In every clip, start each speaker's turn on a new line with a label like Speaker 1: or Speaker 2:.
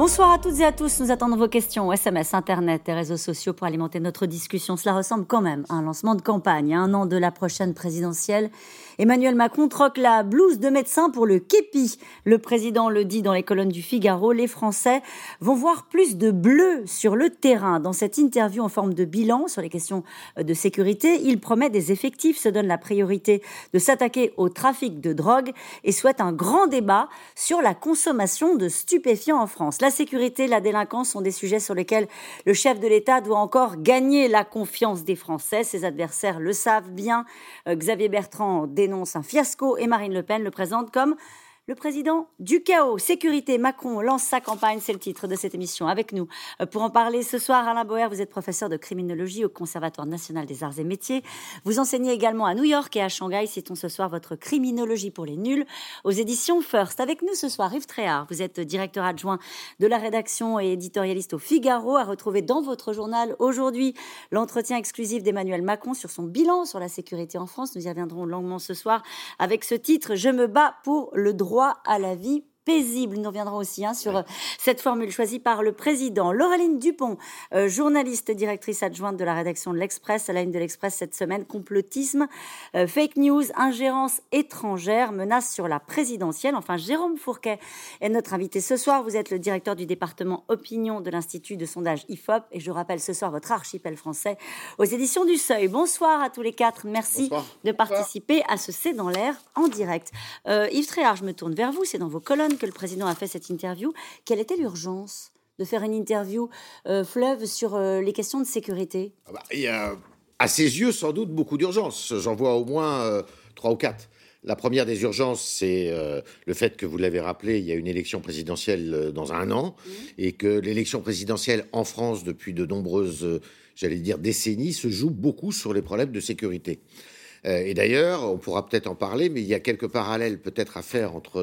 Speaker 1: Bonsoir à toutes et à tous, nous attendons vos questions, SMS, Internet et réseaux sociaux pour alimenter notre discussion. Cela ressemble quand même à un lancement de campagne. À un an de la prochaine présidentielle, Emmanuel Macron troque la blouse de médecin pour le képi. Le président le dit dans les colonnes du Figaro, les Français vont voir plus de bleu sur le terrain. Dans cette interview en forme de bilan sur les questions de sécurité, il promet des effectifs, se donne la priorité de s'attaquer au trafic de drogue et souhaite un grand débat sur la consommation de stupéfiants en France. La sécurité, la délinquance sont des sujets sur lesquels le chef de l'État doit encore gagner la confiance des Français. Ses adversaires le savent bien. Xavier Bertrand dénonce un fiasco et Marine Le Pen le présente comme le président du chaos. Sécurité, Macron lance sa campagne, c'est le titre de cette émission. Avec nous, pour en parler ce soir, Alain Boer, vous êtes professeur de criminologie au Conservatoire national des arts et métiers. Vous enseignez également à New York et à Shanghai. Citons ce soir votre criminologie pour les nuls aux éditions First. Avec nous ce soir, Yves Tréhard, vous êtes directeur adjoint de la rédaction et éditorialiste au Figaro, à retrouver dans votre journal aujourd'hui l'entretien exclusif d'Emmanuel Macron sur son bilan sur la sécurité en France. Nous y reviendrons longuement ce soir avec ce titre « Je me bats pour le droit à la vie paisible ». Nous reviendrons aussi sur cette formule choisie par le président. Laureline Dupont, journaliste, directrice adjointe de la rédaction de l'Express, à la une de l'Express cette semaine, complotisme, fake news, ingérence étrangère, menace sur la présidentielle. Enfin, Jérôme Fourquet est notre invité ce soir. Vous êtes le directeur du département opinion de l'Institut de sondage IFOP et je rappelle ce soir votre archipel français aux éditions du Seuil. Bonsoir à tous les quatre. Merci de participer à ce C'est dans l'air en direct. Yves Tréhard, je me tourne vers vous. C'est dans vos colonnes que le président a fait cette interview. Quelle était l'urgence de faire une interview fleuve sur les questions de sécurité ?
Speaker 2: Il y a, à ses yeux, sans doute beaucoup d'urgences. J'en vois au moins 3 ou 4. La première des urgences, c'est le fait que, vous l'avez rappelé, il y a une élection présidentielle dans un an et que l'élection présidentielle en France, depuis de nombreuses, décennies, se joue beaucoup sur les problèmes de sécurité. Et d'ailleurs, on pourra peut-être en parler, mais il y a quelques parallèles peut-être à faire entre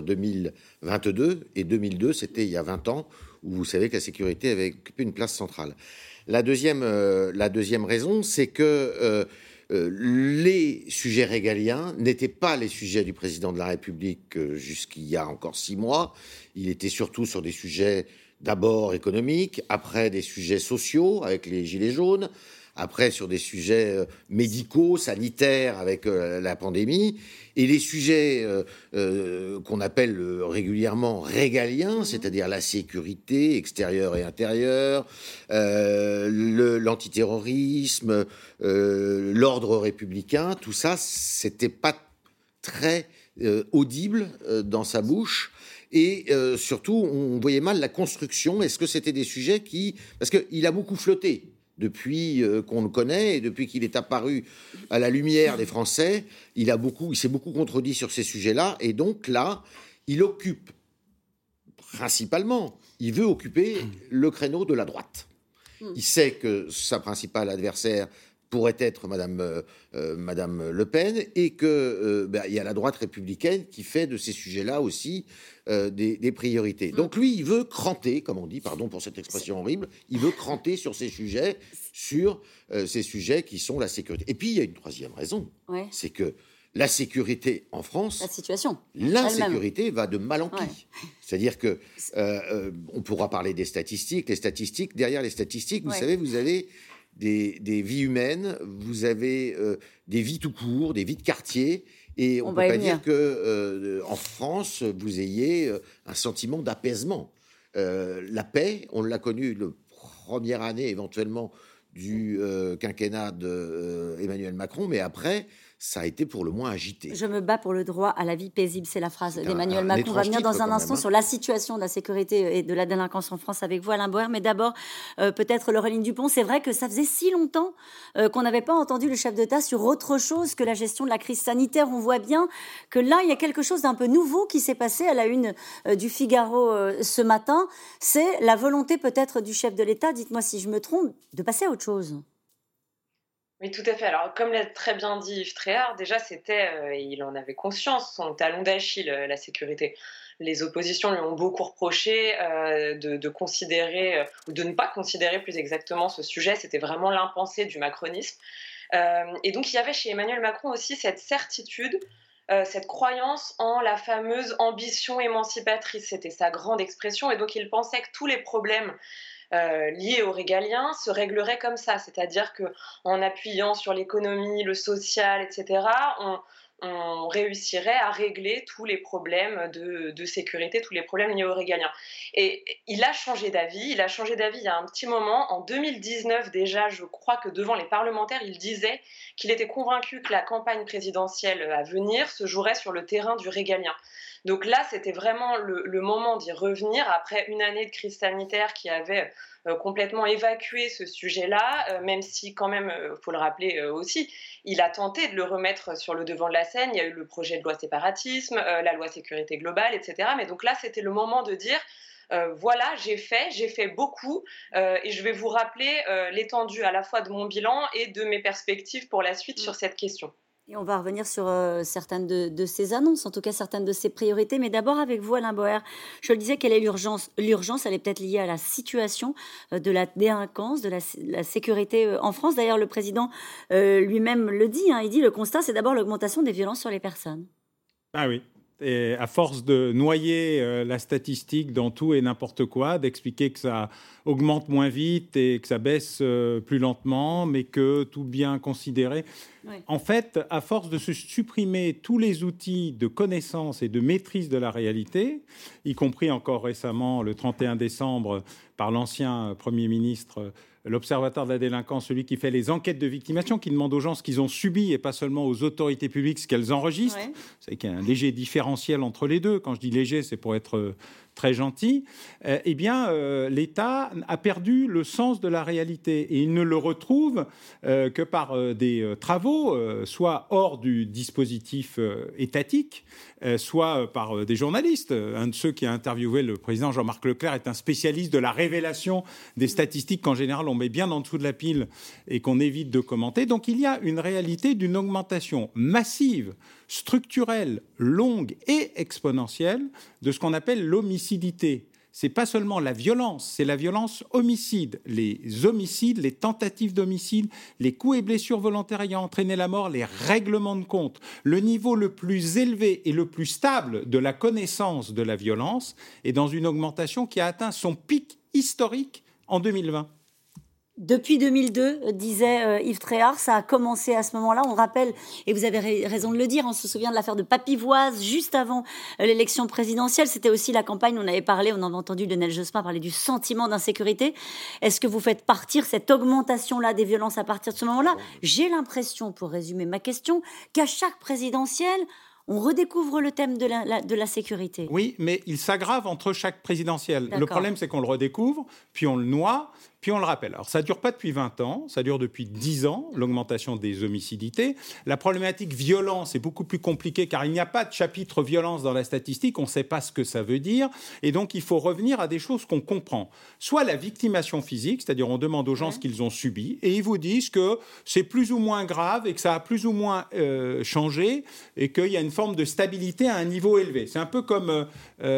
Speaker 2: 2022 et 2002, c'était il y a 20 ans, où vous savez que la sécurité avait occupé une place centrale. La deuxième raison, c'est que les sujets régaliens n'étaient pas les sujets du président de la République jusqu'il y a encore 6 mois. Il était surtout sur des sujets d'abord économiques, après des sujets sociaux avec les gilets jaunes, après sur des sujets médicaux, sanitaires avec la pandémie, et les sujets qu'on appelle régulièrement régaliens, c'est-à-dire la sécurité extérieure et intérieure, l'antiterrorisme, l'ordre républicain, tout ça, c'était pas très audible dans sa bouche. Et surtout, on voyait mal la construction. Est-ce que c'était des sujets qui... Parce qu'il a beaucoup flotté depuis qu'on le connaît et depuis qu'il est apparu à la lumière des Français. Il s'est beaucoup contredit sur ces sujets-là. Et donc là, il occupe principalement, il veut occuper le créneau de la droite. Il sait que sa principale adversaire pourrait être Madame Le Pen, et que il y a la droite républicaine qui fait de ces sujets-là aussi des priorités. Donc lui, il veut cranter, comme on dit, pardon pour cette expression horrible, il veut cranter sur ces sujets qui sont la sécurité. Et puis il y a une troisième raison, c'est que la sécurité en France, l'insécurité va de mal en pis. C'est-à-dire que on pourra parler des statistiques. Les statistiques, derrière les statistiques, vous savez, vous avez des vies humaines, vous avez des vies tout court, des vies de quartier, et on ne peut pas dire que en France, vous ayez un sentiment d'apaisement. La paix, on l'a connue la première année éventuellement du quinquennat d'Emmanuel Macron, mais après, ça a été pour le moins agité.
Speaker 1: Je me bats pour le droit à la vie paisible, c'est la phrase d'Emmanuel Macron. On va venir dans un instant sur la situation de la sécurité et de la délinquance en France avec vous, Alain Boer. Mais d'abord, peut-être Laureline Dupont, c'est vrai que ça faisait si longtemps qu'on n'avait pas entendu le chef d'État sur autre chose que la gestion de la crise sanitaire. On voit bien que là, il y a quelque chose d'un peu nouveau qui s'est passé à la une du Figaro ce matin. C'est la volonté peut-être du chef de l'État, dites-moi si je me trompe, de passer à autre chose.
Speaker 3: Oui, tout à fait. Alors, comme l'a très bien dit Yves Tréhard, déjà, il en avait conscience, son talon d'Achille, la sécurité. Les oppositions lui ont beaucoup reproché de considérer, ou de ne pas considérer plus exactement ce sujet. C'était vraiment l'impensé du macronisme. Et donc, il y avait chez Emmanuel Macron aussi cette certitude cette croyance en la fameuse ambition émancipatrice. C'était sa grande expression et donc il pensait que tous les problèmes liés aux régaliens se régleraient comme ça, c'est-à-dire qu'en appuyant sur l'économie, le social, etc., on réussirait à régler tous les problèmes de sécurité, tous les problèmes liés aux régaliens. Et il a changé d'avis, il y a un petit moment, en 2019 déjà, je crois que devant les parlementaires, il disait qu'il était convaincu que la campagne présidentielle à venir se jouerait sur le terrain du régalien. Donc là, c'était vraiment le moment d'y revenir après une année de crise sanitaire qui avait complètement évacué ce sujet-là, même si quand même, faut le rappeler aussi, il a tenté de le remettre sur le devant de la scène. Il y a eu le projet de loi séparatisme, la loi sécurité globale, etc. Mais donc là, c'était le moment de dire voilà, j'ai fait beaucoup et je vais vous rappeler l'étendue à la fois de mon bilan et de mes perspectives pour la suite sur cette question.
Speaker 1: Et on va revenir sur certaines de ces annonces, en tout cas certaines de ces priorités. Mais d'abord avec vous, Alain Boer, je le disais, quelle est l'urgence ? L'urgence, elle est peut-être liée à la situation de la délinquance, de la sécurité en France. D'ailleurs, le président lui-même le dit, il dit le constat, c'est d'abord l'augmentation des violences sur les personnes.
Speaker 4: Ah oui. Et à force de noyer la statistique dans tout et n'importe quoi, d'expliquer que ça augmente moins vite et que ça baisse plus lentement, mais que tout bien considéré. Oui. En fait, à force de se supprimer tous les outils de connaissance et de maîtrise de la réalité, y compris encore récemment, le 31 décembre, par l'ancien Premier ministre, l'Observatoire de la délinquance, celui qui fait les enquêtes de victimation, qui demande aux gens ce qu'ils ont subi et pas seulement aux autorités publiques ce qu'elles enregistrent. Ouais. Vous savez qu'il y a un léger différentiel entre les deux. Quand je dis léger, c'est pour être très gentil. L'État a perdu le sens de la réalité et il ne le retrouve que par des travaux, soit hors du dispositif étatique, soit par des journalistes. Un de ceux qui a interviewé le président Jean-Marc Leclerc est un spécialiste de la révélation des statistiques qu'en général on met bien en dessous de la pile et qu'on évite de commenter. Donc il y a une réalité d'une augmentation massive, structurelle, longue et exponentielle de ce qu'on appelle l'homicidité. C'est pas seulement la violence, c'est la violence homicide, les homicides, les tentatives d'homicide, les coups et blessures volontaires ayant entraîné la mort, les règlements de compte. Le niveau le plus élevé et le plus stable de la connaissance de la violence est dans une augmentation qui a atteint son pic historique en 2020.
Speaker 1: Depuis 2002, disait Yves Tréhard, ça a commencé à ce moment-là. On rappelle, et vous avez raison de le dire, on se souvient de l'affaire de Papivoise, juste avant l'élection présidentielle. C'était aussi la campagne, on avait parlé, on avait entendu Lionel Jospin parler du sentiment d'insécurité. Est-ce que vous faites partir cette augmentation-là des violences à partir de ce moment-là ? J'ai l'impression, pour résumer ma question, qu'à chaque présidentielle, on redécouvre le thème de la sécurité.
Speaker 4: Oui, mais il s'aggrave entre chaque présidentielle. D'accord. Le problème, c'est qu'on le redécouvre, puis on le noie, puis on le rappelle. Alors, ça ne dure pas depuis 20 ans, ça dure depuis 10 ans, l'augmentation des homicidités. La problématique violence est beaucoup plus compliquée, car il n'y a pas de chapitre violence dans la statistique, on ne sait pas ce que ça veut dire, et donc il faut revenir à des choses qu'on comprend. Soit la victimation physique, c'est-à-dire on demande aux gens ce qu'ils ont subi, et ils vous disent que c'est plus ou moins grave, et que ça a plus ou moins changé, et qu'il y a une forme de stabilité à un niveau élevé. C'est un peu comme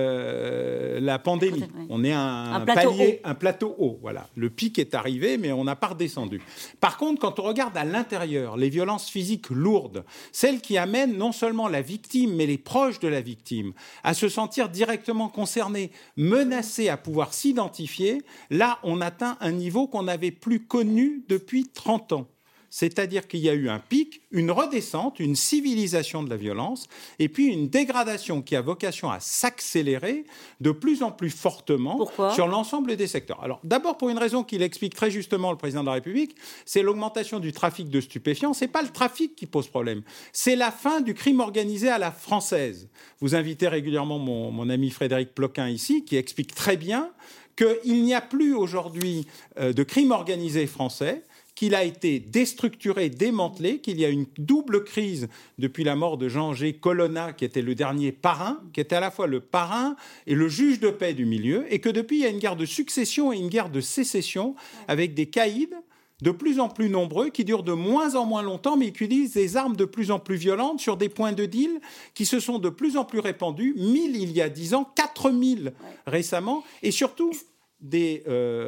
Speaker 4: la pandémie. On est un plateau haut. Voilà. Le pic est arrivé, mais on n'a pas redescendu. Par contre, quand on regarde à l'intérieur, les violences physiques lourdes, celles qui amènent non seulement la victime, mais les proches de la victime, à se sentir directement concernés, menacés, à pouvoir s'identifier, là, on atteint un niveau qu'on n'avait plus connu depuis 30 ans. C'est-à-dire qu'il y a eu un pic, une redescente, une civilisation de la violence, et puis une dégradation qui a vocation à s'accélérer de plus en plus fortement sur l'ensemble des secteurs. Alors, d'abord, pour une raison qu'il explique très justement le président de la République, c'est l'augmentation du trafic de stupéfiants. Ce n'est pas le trafic qui pose problème, c'est la fin du crime organisé à la française. Vous invitez régulièrement mon ami Frédéric Ploquin ici, qui explique très bien qu'il n'y a plus aujourd'hui de crime organisé français, qu'il a été déstructuré, démantelé, qu'il y a une double crise depuis la mort de Jean-G. Colonna, qui était le dernier parrain, qui était à la fois le parrain et le juge de paix du milieu, et que depuis, il y a une guerre de succession et une guerre de sécession avec des caïds de plus en plus nombreux, qui durent de moins en moins longtemps, mais qui utilisent des armes de plus en plus violentes sur des points de deal qui se sont de plus en plus répandus. 1000 il y a 10 ans, 4000 récemment, et surtout des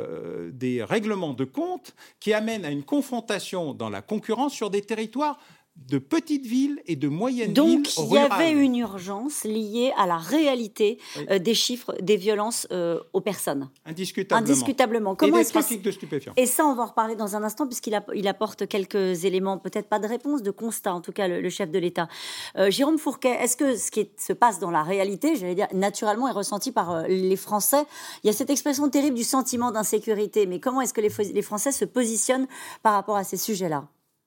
Speaker 4: règlements de compte qui amènent à une confrontation dans la concurrence sur des territoires de petites villes et de moyennes villes
Speaker 1: Donc, il y
Speaker 4: rurales.
Speaker 1: avait une urgence liée à la réalité des chiffres des violences aux personnes.
Speaker 4: Indiscutablement.
Speaker 1: Comment
Speaker 4: et des
Speaker 1: est-ce que
Speaker 4: trafics de stupéfiants.
Speaker 1: Et ça, on va en reparler dans un instant, puisqu'il apporte quelques éléments, peut-être pas de réponse, de constat, en tout cas, le chef de l'État. Jérôme Fourquet, est-ce que ce qui se passe dans la réalité, j'allais dire, naturellement, est ressenti par les Français? Il y a cette expression terrible du sentiment d'insécurité, mais comment est-ce que les Français se positionnent par rapport à ces sujets-là?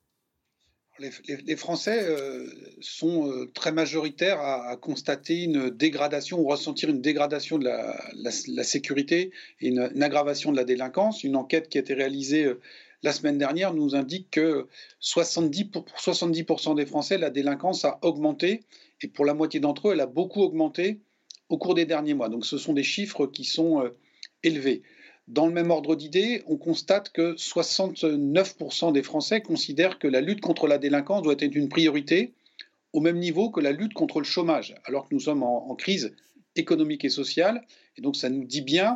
Speaker 5: Les Français sont très majoritaires à constater une dégradation ou ressentir une dégradation de la sécurité et une aggravation de la délinquance. Une enquête qui a été réalisée la semaine dernière nous indique que 70% des Français, la délinquance a augmenté, et pour la moitié d'entre eux, elle a beaucoup augmenté au cours des derniers mois. Donc ce sont des chiffres qui sont élevés. Dans le même ordre d'idées, on constate que 69% des Français considèrent que la lutte contre la délinquance doit être une priorité, au même niveau que la lutte contre le chômage, alors que nous sommes en crise économique et sociale. Et donc ça nous dit bien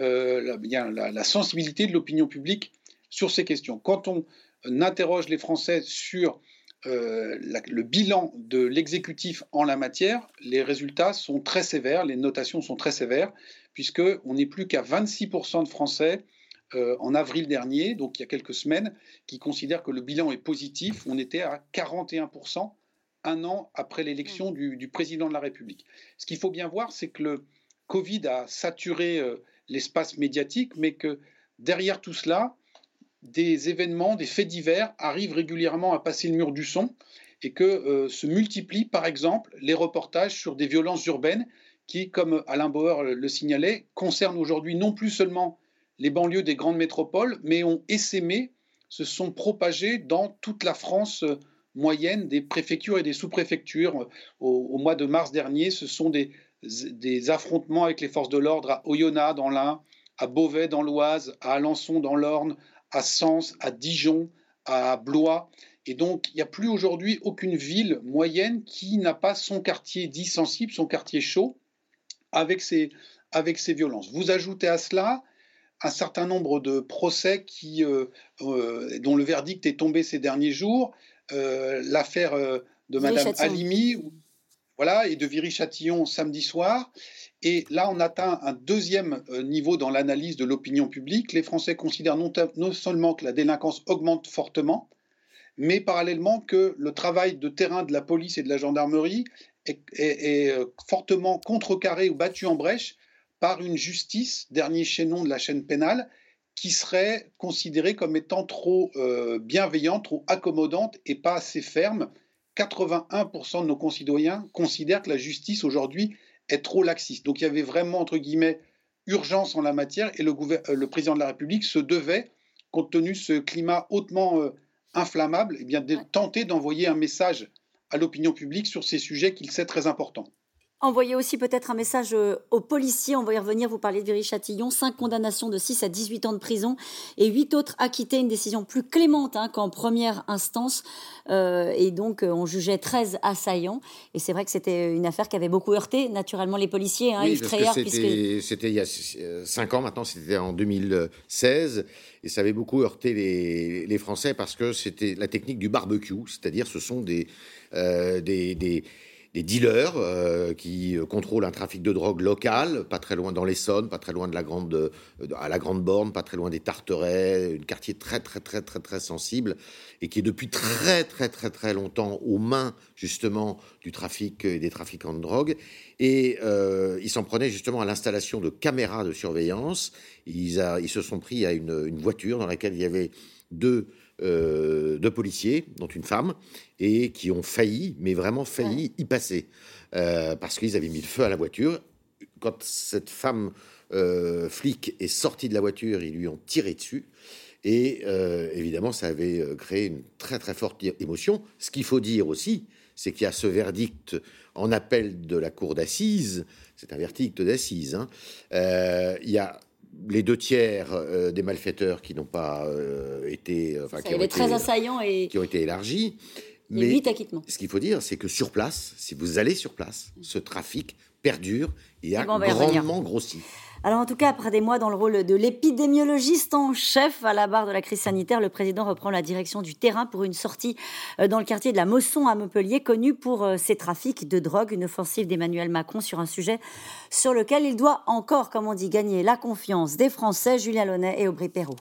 Speaker 5: la sensibilité de l'opinion publique sur ces questions. Quand on interroge les Français sur le bilan de l'exécutif en la matière, les résultats sont très sévères, les notations sont très sévères, puisqu'on n'est plus qu'à 26% de Français en avril dernier, donc il y a quelques semaines, qui considèrent que le bilan est positif. On était à 41%, un an après l'élection du président de la République. Ce qu'il faut bien voir, c'est que le Covid a saturé l'espace médiatique, mais que derrière tout cela, des événements, des faits divers arrivent régulièrement à passer le mur du son, et que se multiplient, par exemple, les reportages sur des violences urbaines qui, comme Alain Bauer le signalait, concernent aujourd'hui non plus seulement les banlieues des grandes métropoles, mais ont essaimé, se sont propagés dans toute la France moyenne, des préfectures et des sous-préfectures. Au mois de mars dernier, ce sont des affrontements avec les forces de l'ordre à Oyonnax dans l'Ain, à Beauvais dans l'Oise, à Alençon dans l'Orne, à Sens, à Dijon, à Blois. Et donc, il n'y a plus aujourd'hui aucune ville moyenne qui n'a pas son quartier dit sensible, son quartier chaud, avec ces violences. Vous ajoutez à cela un certain nombre de procès dont le verdict est tombé ces derniers jours, l'affaire de Madame Halimi, et de Viry-Châtillon samedi soir. Et là, on atteint un deuxième niveau dans l'analyse de l'opinion publique. Les Français considèrent non seulement que la délinquance augmente fortement, mais parallèlement que le travail de terrain de la police et de la gendarmerie est fortement contrecarré ou battu en brèche par une justice, dernier chaînon de la chaîne pénale, qui serait considérée comme étant trop bienveillante, trop accommodante et pas assez ferme. 81% de nos concitoyens considèrent que la justice aujourd'hui est trop laxiste. Donc il y avait vraiment, entre guillemets, urgence en la matière, et le président de la République se devait, compte tenu de ce climat hautement inflammable, de tenter d'envoyer un message à l'opinion publique sur ces sujets qu'il sait très importants.
Speaker 1: Envoyez aussi peut-être un message aux policiers, on va y revenir, vous parlez de Viry-Châtillon, 5 condamnations de 6 à 18 ans de prison et 8 autres acquittés, une décision plus clémente qu'en première instance, et donc on jugeait 13 assaillants, et c'est vrai que c'était une affaire qui avait beaucoup heurté naturellement les policiers,
Speaker 2: oui, Yves Tréhard, c'était il y a 5 ans maintenant, c'était en 2016, et ça avait beaucoup heurté les Français parce que c'était la technique du barbecue, c'est-à-dire ce sont des dealers qui contrôlent un trafic de drogue local, pas très loin dans l'Essonne, pas très loin à la Grande Borne, pas très loin des Tarterets, un quartier très très très très très sensible, et qui est depuis très très très très longtemps aux mains justement du trafic et des trafiquants de drogue. Et ils s'en prenaient justement à l'installation de caméras de surveillance. Ils se sont pris à une voiture dans laquelle il y avait deux policiers, dont une femme, et qui ont failli, mais vraiment failli, y passer. Parce qu'ils avaient mis le feu à la voiture. Quand cette femme flic est sortie de la voiture, ils lui ont tiré dessus. Et évidemment, ça avait créé une très très forte émotion. Ce qu'il faut dire aussi, c'est qu'il y a ce verdict en appel de la cour d'assises. C'est un verdict d'assises. Il y a les 2/3 des malfaiteurs qui n'ont pas été...
Speaker 1: qui ont été 13 assaillants et...
Speaker 2: qui ont été élargis.
Speaker 1: Mais 8 acquittements.
Speaker 2: Ce qu'il faut dire, c'est que sur place, si vous allez sur place, ce trafic perdure et a grandement grossi.
Speaker 1: Alors en tout cas, après des mois dans le rôle de l'épidémiologiste en chef à la barre de la crise sanitaire, le président reprend la direction du terrain pour une sortie dans le quartier de la Mosson à Montpellier, connu pour ses trafics de drogue, une offensive d'Emmanuel Macron sur un sujet sur lequel il doit encore, comme on dit, gagner la confiance des Français. Julien Launay et Aubry Perrault.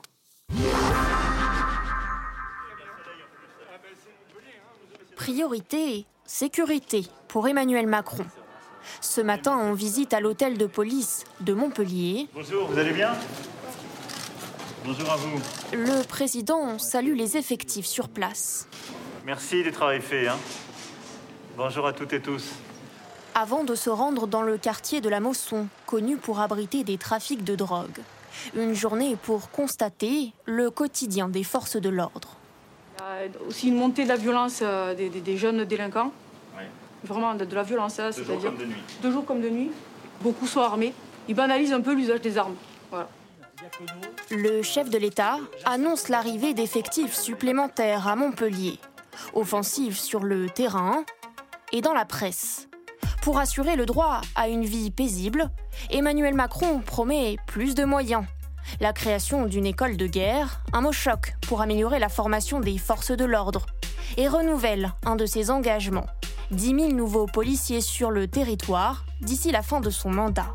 Speaker 6: Priorité, sécurité pour Emmanuel Macron. Ce matin, on visite à l'hôtel de police de Montpellier.
Speaker 7: Bonjour, vous allez bien ? Bonjour à vous.
Speaker 6: Le président salue les effectifs sur place.
Speaker 7: Merci du travail fait. Bonjour à toutes et tous.
Speaker 6: Avant de se rendre dans le quartier de la Mosson, connu pour abriter des trafics de drogue. Une journée pour constater le quotidien des forces de l'ordre.
Speaker 8: Il y a aussi une montée de la violence des jeunes délinquants.
Speaker 7: Oui.
Speaker 8: Vraiment de la violence, c'est-à-dire
Speaker 7: de jour comme de nuit.
Speaker 8: De jour comme de nuit. Beaucoup sont armés. Ils banalisent un peu l'usage des armes. Voilà.
Speaker 6: Le chef de l'État annonce l'arrivée d'effectifs supplémentaires à Montpellier. Offensive sur le terrain et dans la presse. Pour assurer le droit à une vie paisible, Emmanuel Macron promet plus de moyens. La création d'une école de guerre, un mot choc pour améliorer la formation des forces de l'ordre. Et renouvelle un de ses engagements. 10 000 nouveaux policiers sur le territoire d'ici la fin de son mandat.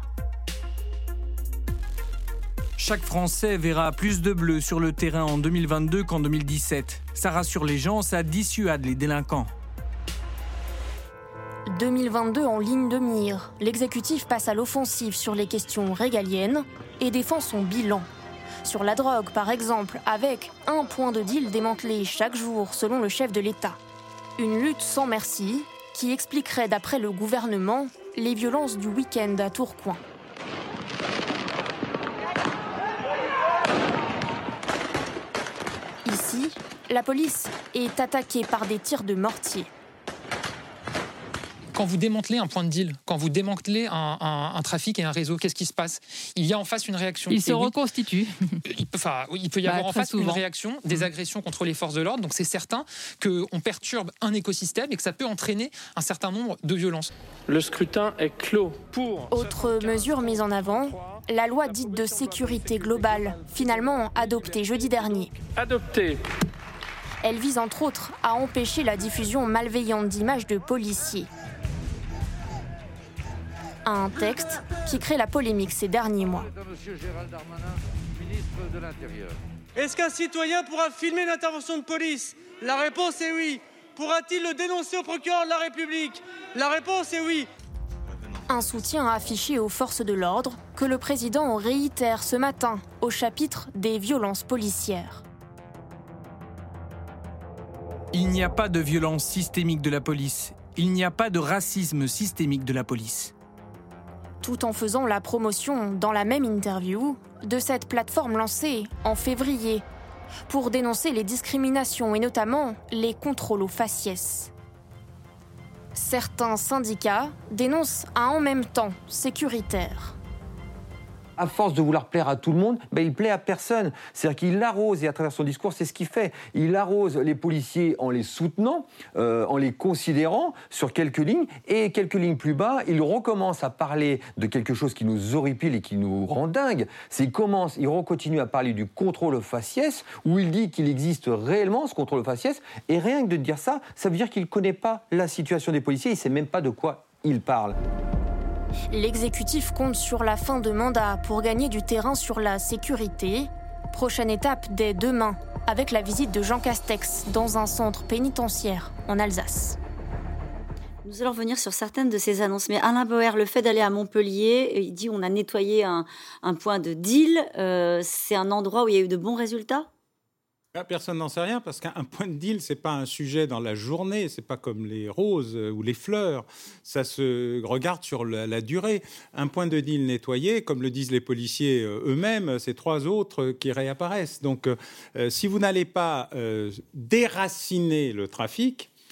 Speaker 9: Chaque Français verra plus de bleu sur le terrain en 2022 qu'en 2017. Ça rassure les gens, ça dissuade les délinquants.
Speaker 6: 2022 en ligne de mire. L'exécutif passe à l'offensive sur les questions régaliennes et défend son bilan. Sur la drogue, par exemple, avec un point de deal démantelé chaque jour, selon le chef de l'État. Une lutte sans merci qui expliquerait, d'après le gouvernement, les violences du week-end à Tourcoing. Ici, la police est attaquée par des tirs de mortier.
Speaker 10: Quand vous démantelez un point de deal, quand vous démantelez un trafic et un réseau, qu'est-ce qui se passe ? Il y a en face une réaction.
Speaker 11: Il se reconstitue.
Speaker 10: Il peut y avoir en face
Speaker 11: souvent
Speaker 10: une réaction, des agressions contre les forces de l'ordre. Donc c'est certain qu'on perturbe un écosystème et que ça peut entraîner un certain nombre de violences.
Speaker 12: Le scrutin est clos pour...
Speaker 6: Autre mesure mise en avant, la loi dite de sécurité globale, finalement adoptée jeudi dernier.
Speaker 12: Adopté.
Speaker 6: Elle vise entre autres à empêcher la diffusion malveillante d'images de policiers. Un texte qui crée la polémique ces derniers mois.
Speaker 13: Est-ce qu'un citoyen pourra filmer une intervention de police ? La réponse est oui. Pourra-t-il le dénoncer au procureur de la République ? La réponse est oui.
Speaker 6: Un soutien affiché aux forces de l'ordre que le président réitère ce matin au chapitre des violences policières.
Speaker 9: Il n'y a pas de violence systémique de la police. Il n'y a pas de racisme systémique de la police.
Speaker 6: Tout en faisant la promotion, dans la même interview, de cette plateforme lancée en février pour dénoncer les discriminations et notamment les contrôles aux faciès. Certains syndicats dénoncent un en même temps sécuritaire.
Speaker 14: À force de vouloir plaire à tout le monde, il plaît à personne. C'est-à-dire qu'il arrose, et à travers son discours, c'est ce qu'il fait. Il arrose les policiers en les soutenant, en les considérant sur quelques lignes, et quelques lignes plus bas, il recommence à parler de quelque chose qui nous horripile et qui nous rend dingue. Il continue à parler du contrôle au faciès, où il dit qu'il existe réellement ce contrôle au faciès, et rien que de dire ça, ça veut dire qu'il ne connaît pas la situation des policiers, il ne sait même pas de quoi il parle.
Speaker 6: L'exécutif compte sur la fin de mandat pour gagner du terrain sur la sécurité. Prochaine étape dès demain, avec la visite de Jean Castex dans un centre pénitentiaire en Alsace.
Speaker 1: Nous allons revenir sur certaines de ces annonces. Mais Alain Bauer, le fait d'aller à Montpellier, il dit on a nettoyé un point de deal. C'est un endroit où il y a eu de bons résultats ?
Speaker 4: Personne n'en sait rien parce qu'un point de deal, c'est pas un sujet dans la journée, c'est pas comme les roses ou les fleurs. Ça se regarde sur la durée. Un point de deal nettoyé, comme le disent les policiers eux-mêmes, c'est 3 autres qui réapparaissent. Donc, si vous n'allez pas déraciner le trafic,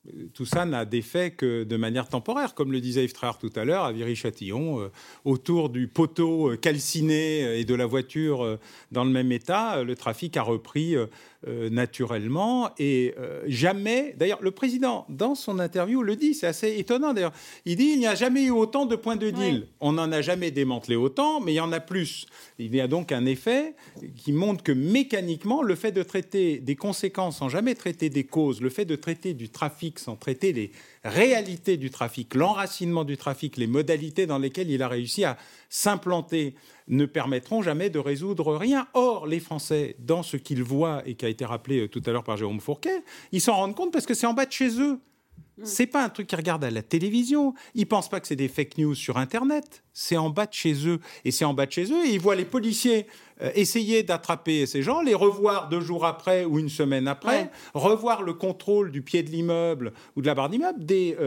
Speaker 4: tout ça n'a d'effet que de manière temporaire, comme le disait Yves Tréhard tout à l'heure, à Viry-Châtillon, autour du poteau calciné et de la voiture dans le même état, le trafic a repris naturellement et jamais. D'ailleurs, le président, dans son interview, le dit, c'est assez étonnant d'ailleurs. Il dit il n'y a jamais eu autant de points de deal. Oui. On n'en a jamais démantelé autant, mais il y en a plus. Il y a donc un effet qui montre que mécaniquement, le fait de traiter des conséquences sans jamais traiter des causes, le fait de traiter du trafic sans traiter les réalités du trafic, l'enracinement du trafic, les modalités dans lesquelles il a réussi à s'implanter, ne permettront jamais de résoudre rien. Or, les Français, dans ce qu'ils voient, et qui a été rappelé tout à l'heure par Jérôme Fourquet, ils s'en rendent compte parce que c'est en bas de chez eux. C'est pas un truc qu'ils regardent à la télévision. Ils pensent pas que c'est des fake news sur Internet. C'est en bas de chez eux. Et c'est en bas de chez eux. Et ils voient les policiers essayer d'attraper ces gens, les revoir 2 jours après ou une semaine après, revoir le contrôle du pied de l'immeuble ou de la barre d'immeuble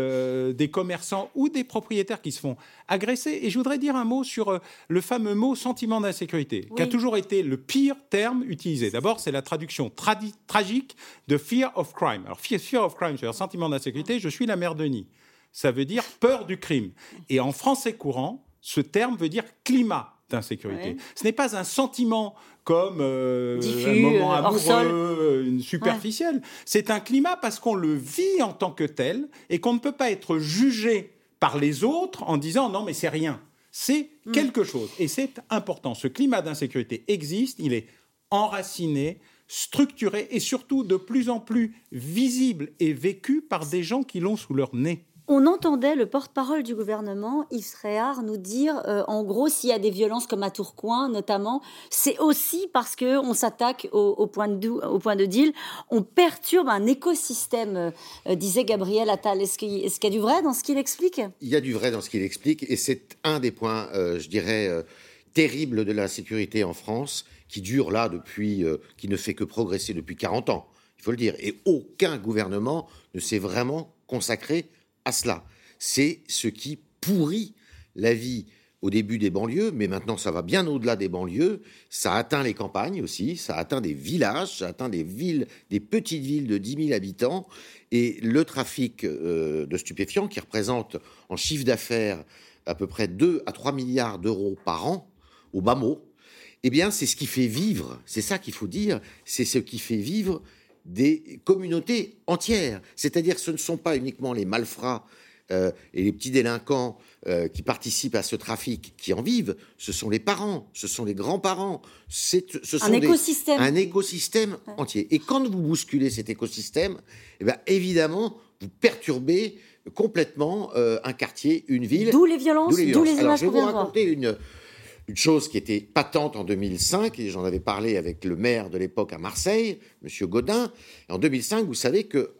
Speaker 4: des commerçants ou des propriétaires qui se font agresser. Et je voudrais dire un mot sur le fameux mot sentiment d'insécurité, qui a toujours été le pire terme utilisé. D'abord, c'est la traduction tragique de fear of crime. Alors, fear of crime, c'est-à-dire sentiment d'insécurité, je suis la mère Denis. Ça veut dire peur du crime. Et en français courant, ce terme veut dire climat d'insécurité. Ce n'est pas un sentiment comme diffus, un moment amoureux, superficiel. C'est un climat parce qu'on le vit en tant que tel et qu'on ne peut pas être jugé par les autres en disant non mais c'est rien. C'est quelque chose et c'est important. Ce climat d'insécurité existe, il est enraciné, structuré et surtout de plus en plus visible et vécu par des gens qui l'ont sous leur nez.
Speaker 1: On entendait le porte-parole du gouvernement, Yves Tréhard, nous dire, en gros, s'il y a des violences comme à Tourcoing, notamment, c'est aussi parce qu'on s'attaque au point de deal. On perturbe un écosystème, disait Gabriel Attal. Est-ce qu'il y a du vrai dans ce qu'il explique ?
Speaker 2: Il y a du vrai dans ce qu'il explique, et c'est un des points, je dirais, terribles de la sécurité en France, qui dure là depuis, qui ne fait que progresser depuis 40 ans, il faut le dire. Et aucun gouvernement ne s'est vraiment consacré à cela. C'est ce qui pourrit la vie au début des banlieues, mais maintenant ça va bien au-delà des banlieues, ça atteint les campagnes aussi, ça atteint des villages, ça atteint des villes, des petites villes de 10 000 habitants, et le trafic de stupéfiants, qui représente en chiffre d'affaires à peu près 2 à 3 milliards d'euros par an, au bas mot, eh bien c'est ce qui fait vivre, c'est ça qu'il faut dire, c'est ce qui fait vivre des communautés entières. C'est-à-dire que ce ne sont pas uniquement les malfrats et les petits délinquants qui participent à ce trafic qui en vivent, ce sont les parents, ce sont les grands-parents. Ce sont un écosystème entier. Et quand vous bousculez cet écosystème, eh bien, évidemment, vous perturbez complètement un quartier, une ville.
Speaker 1: D'où les violences, d'où les images qu'on vient de voir.
Speaker 2: Je vais vous raconter une chose qui était patente en 2005, et j'en avais parlé avec le maire de l'époque à Marseille, M. Gaudin. En 2005, vous savez que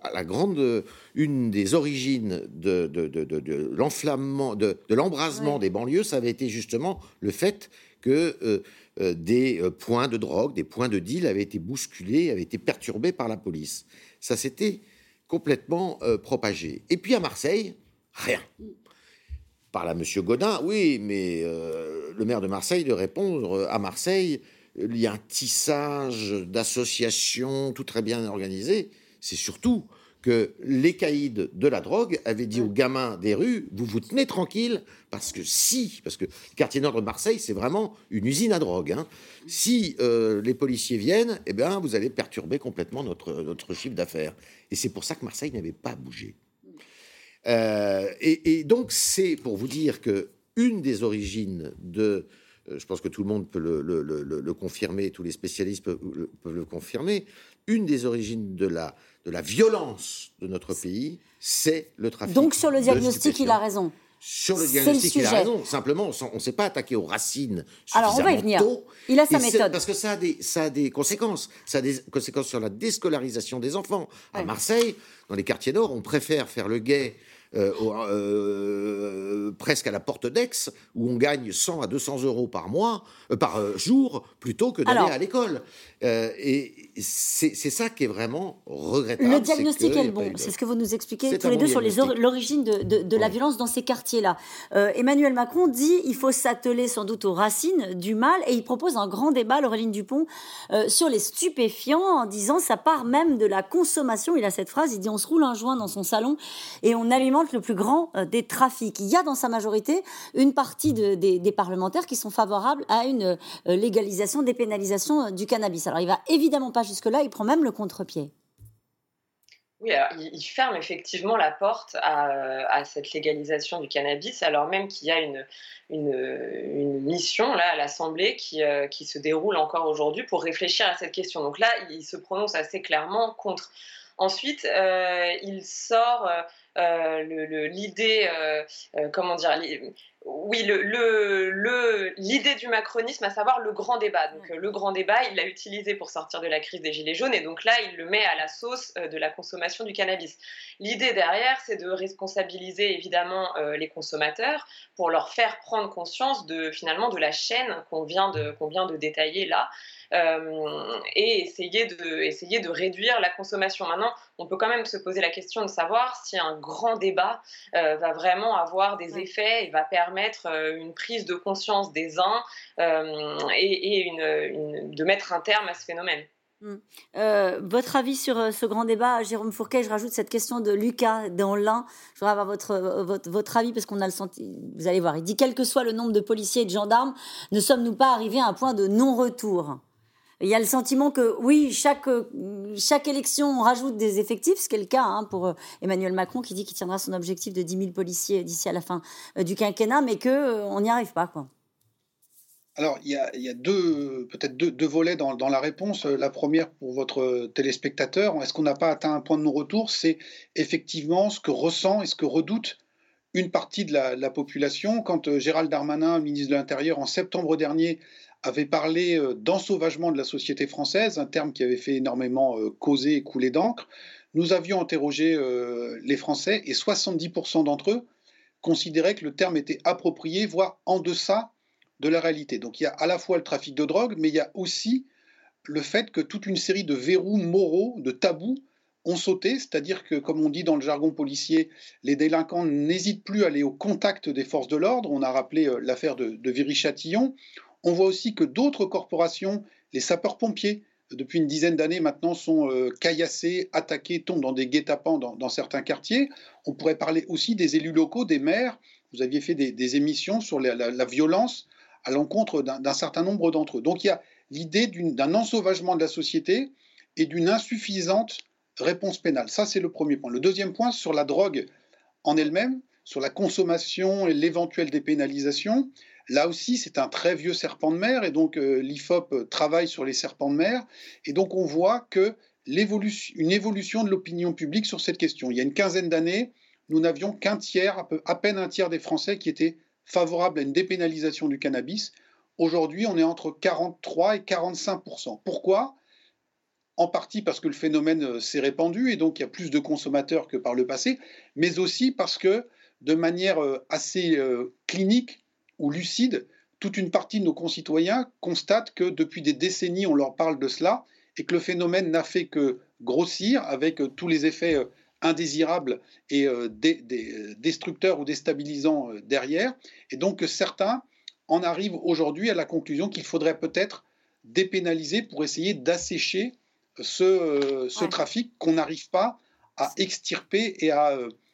Speaker 2: une des origines de l'enflammement, de l'embrasement des banlieues, ça avait été justement le fait que des points de drogue, des points de deal avaient été bousculés, avaient été perturbés par la police. Ça s'était complètement propagé. Et puis à Marseille, rien. Parle à M. Gaudin, oui, mais le maire de Marseille de répondre à Marseille, il y a un tissage d'associations tout très bien organisé. C'est surtout que les caïds de la drogue avaient dit aux gamins des rues, vous vous tenez tranquille, parce que le quartier nord de Marseille, c'est vraiment une usine à drogue. Hein. Si les policiers viennent, eh bien, vous allez perturber complètement notre chiffre d'affaires. Et c'est pour ça que Marseille n'avait pas bougé. Et donc, c'est pour vous dire qu'une des origines je pense que tout le monde peut le confirmer, tous les spécialistes peuvent le confirmer, une des origines de la violence de notre pays, c'est le trafic.
Speaker 1: Donc, sur le diagnostic, il a raison.
Speaker 2: Sur le diagnostic, il a raison. Simplement, on ne s'est pas attaqué aux racines suffisamment tôt.
Speaker 1: Alors, on va y venir. Il a sa méthode.
Speaker 2: Parce que ça a des conséquences. Ça a des conséquences sur la déscolarisation des enfants. À Marseille, dans les quartiers nord, on préfère faire le guet presque à la porte d'Aix, où on gagne 100 à 200 euros par jour, plutôt que d'aller à l'école. Et c'est ça qui est vraiment regrettable.
Speaker 1: Le diagnostic est le bon, c'est ce que vous nous expliquez tous les deux sur l'origine de la violence dans ces quartiers-là. Emmanuel Macron dit qu'il faut s'atteler sans doute aux racines du mal, et il propose un grand débat, Laureline Dupont, sur les stupéfiants, en disant ça part même de la consommation. Il a cette phrase, il dit on se roule un joint dans son salon et on alimente le plus grand des trafics. Il y a dans sa majorité une partie des parlementaires qui sont favorables à une légalisation, dépénalisation du cannabis. Alors il va évidemment pas jusque-là, il prend même le contre-pied.
Speaker 3: Oui, alors il ferme effectivement la porte à cette légalisation du cannabis, alors même qu'il y a une mission là à l'Assemblée qui se déroule encore aujourd'hui pour réfléchir à cette question. Donc là, il se prononce assez clairement contre. Ensuite, il sort l'idée, comment dire, l'idée du macronisme, à savoir le grand débat. Donc le grand débat, il l'a utilisé pour sortir de la crise des Gilets jaunes, et donc là, il le met à la sauce de la consommation du cannabis. L'idée derrière, c'est de responsabiliser évidemment les consommateurs pour leur faire prendre conscience finalement de la chaîne qu'on vient de détailler là. Et essayer de réduire la consommation. Maintenant, on peut quand même se poser la question de savoir si un grand débat va vraiment avoir des effets et va permettre une prise de conscience des uns et de mettre un terme à ce phénomène.
Speaker 1: Votre avis sur ce grand débat, Jérôme Fourquet? Je rajoute cette question de Lucas dans l'Ain. Je voudrais avoir votre avis, parce qu'on a le senti, vous allez voir, il dit quel que soit le nombre de policiers et de gendarmes, ne sommes-nous pas arrivés à un point de non-retour? Il y a le sentiment que, oui, chaque élection, on rajoute des effectifs, ce qui est le cas pour Emmanuel Macron, qui dit qu'il tiendra son objectif de 10 000 policiers d'ici à la fin du quinquennat, mais qu'on n'y arrive pas, quoi.
Speaker 5: Alors, il y a peut-être deux volets dans la réponse. La première, pour votre téléspectateur, est-ce qu'on n'a pas atteint un point de non-retour? C'est effectivement ce que ressent et ce que redoute une partie de la population. Quand Gérald Darmanin, ministre de l'Intérieur, en septembre dernier, avait parlé d'ensauvagement de la société française, un terme qui avait fait énormément causer et couler d'encre, nous avions interrogé les Français, et 70% d'entre eux considéraient que le terme était approprié, voire en deçà de la réalité. Donc il y a à la fois le trafic de drogue, mais il y a aussi le fait que toute une série de verrous moraux, de tabous, ont sauté, c'est-à-dire que, comme on dit dans le jargon policier, les délinquants n'hésitent plus à aller au contact des forces de l'ordre. On a rappelé l'affaire de Viry-Châtillon. On voit aussi que d'autres corporations, les sapeurs-pompiers, depuis une dizaine d'années maintenant, sont caillassés, attaqués, tombent dans des guet-apens dans certains quartiers. On pourrait parler aussi des élus locaux, des maires. Vous aviez fait des émissions sur la violence à l'encontre d'un certain nombre d'entre eux. Donc il y a l'idée d'un ensauvagement de la société et d'une insuffisante réponse pénale. Ça, c'est le premier point. Le deuxième point, sur la drogue en elle-même, sur la consommation et l'éventuelle dépénalisation, là aussi, c'est un très vieux serpent de mer, et donc l'IFOP travaille sur les serpents de mer, et donc on voit une évolution de l'opinion publique sur cette question. Il y a une quinzaine d'années, nous n'avions qu'un tiers, à peine un tiers des Français qui étaient favorables à une dépénalisation du cannabis. Aujourd'hui, on est entre 43 et 45%. Pourquoi ? En partie parce que le phénomène s'est répandu, et donc il y a plus de consommateurs que par le passé, mais aussi parce que, de manière assez clinique ou lucide, toute une partie de nos concitoyens constatent que depuis des décennies, on leur parle de cela, et que le phénomène n'a fait que grossir, avec tous les effets indésirables et destructeurs ou déstabilisants derrière, et donc que certains en arrivent aujourd'hui à la conclusion qu'il faudrait peut-être dépénaliser pour essayer d'assécher ce trafic qu'on n'arrive pas à extirper et à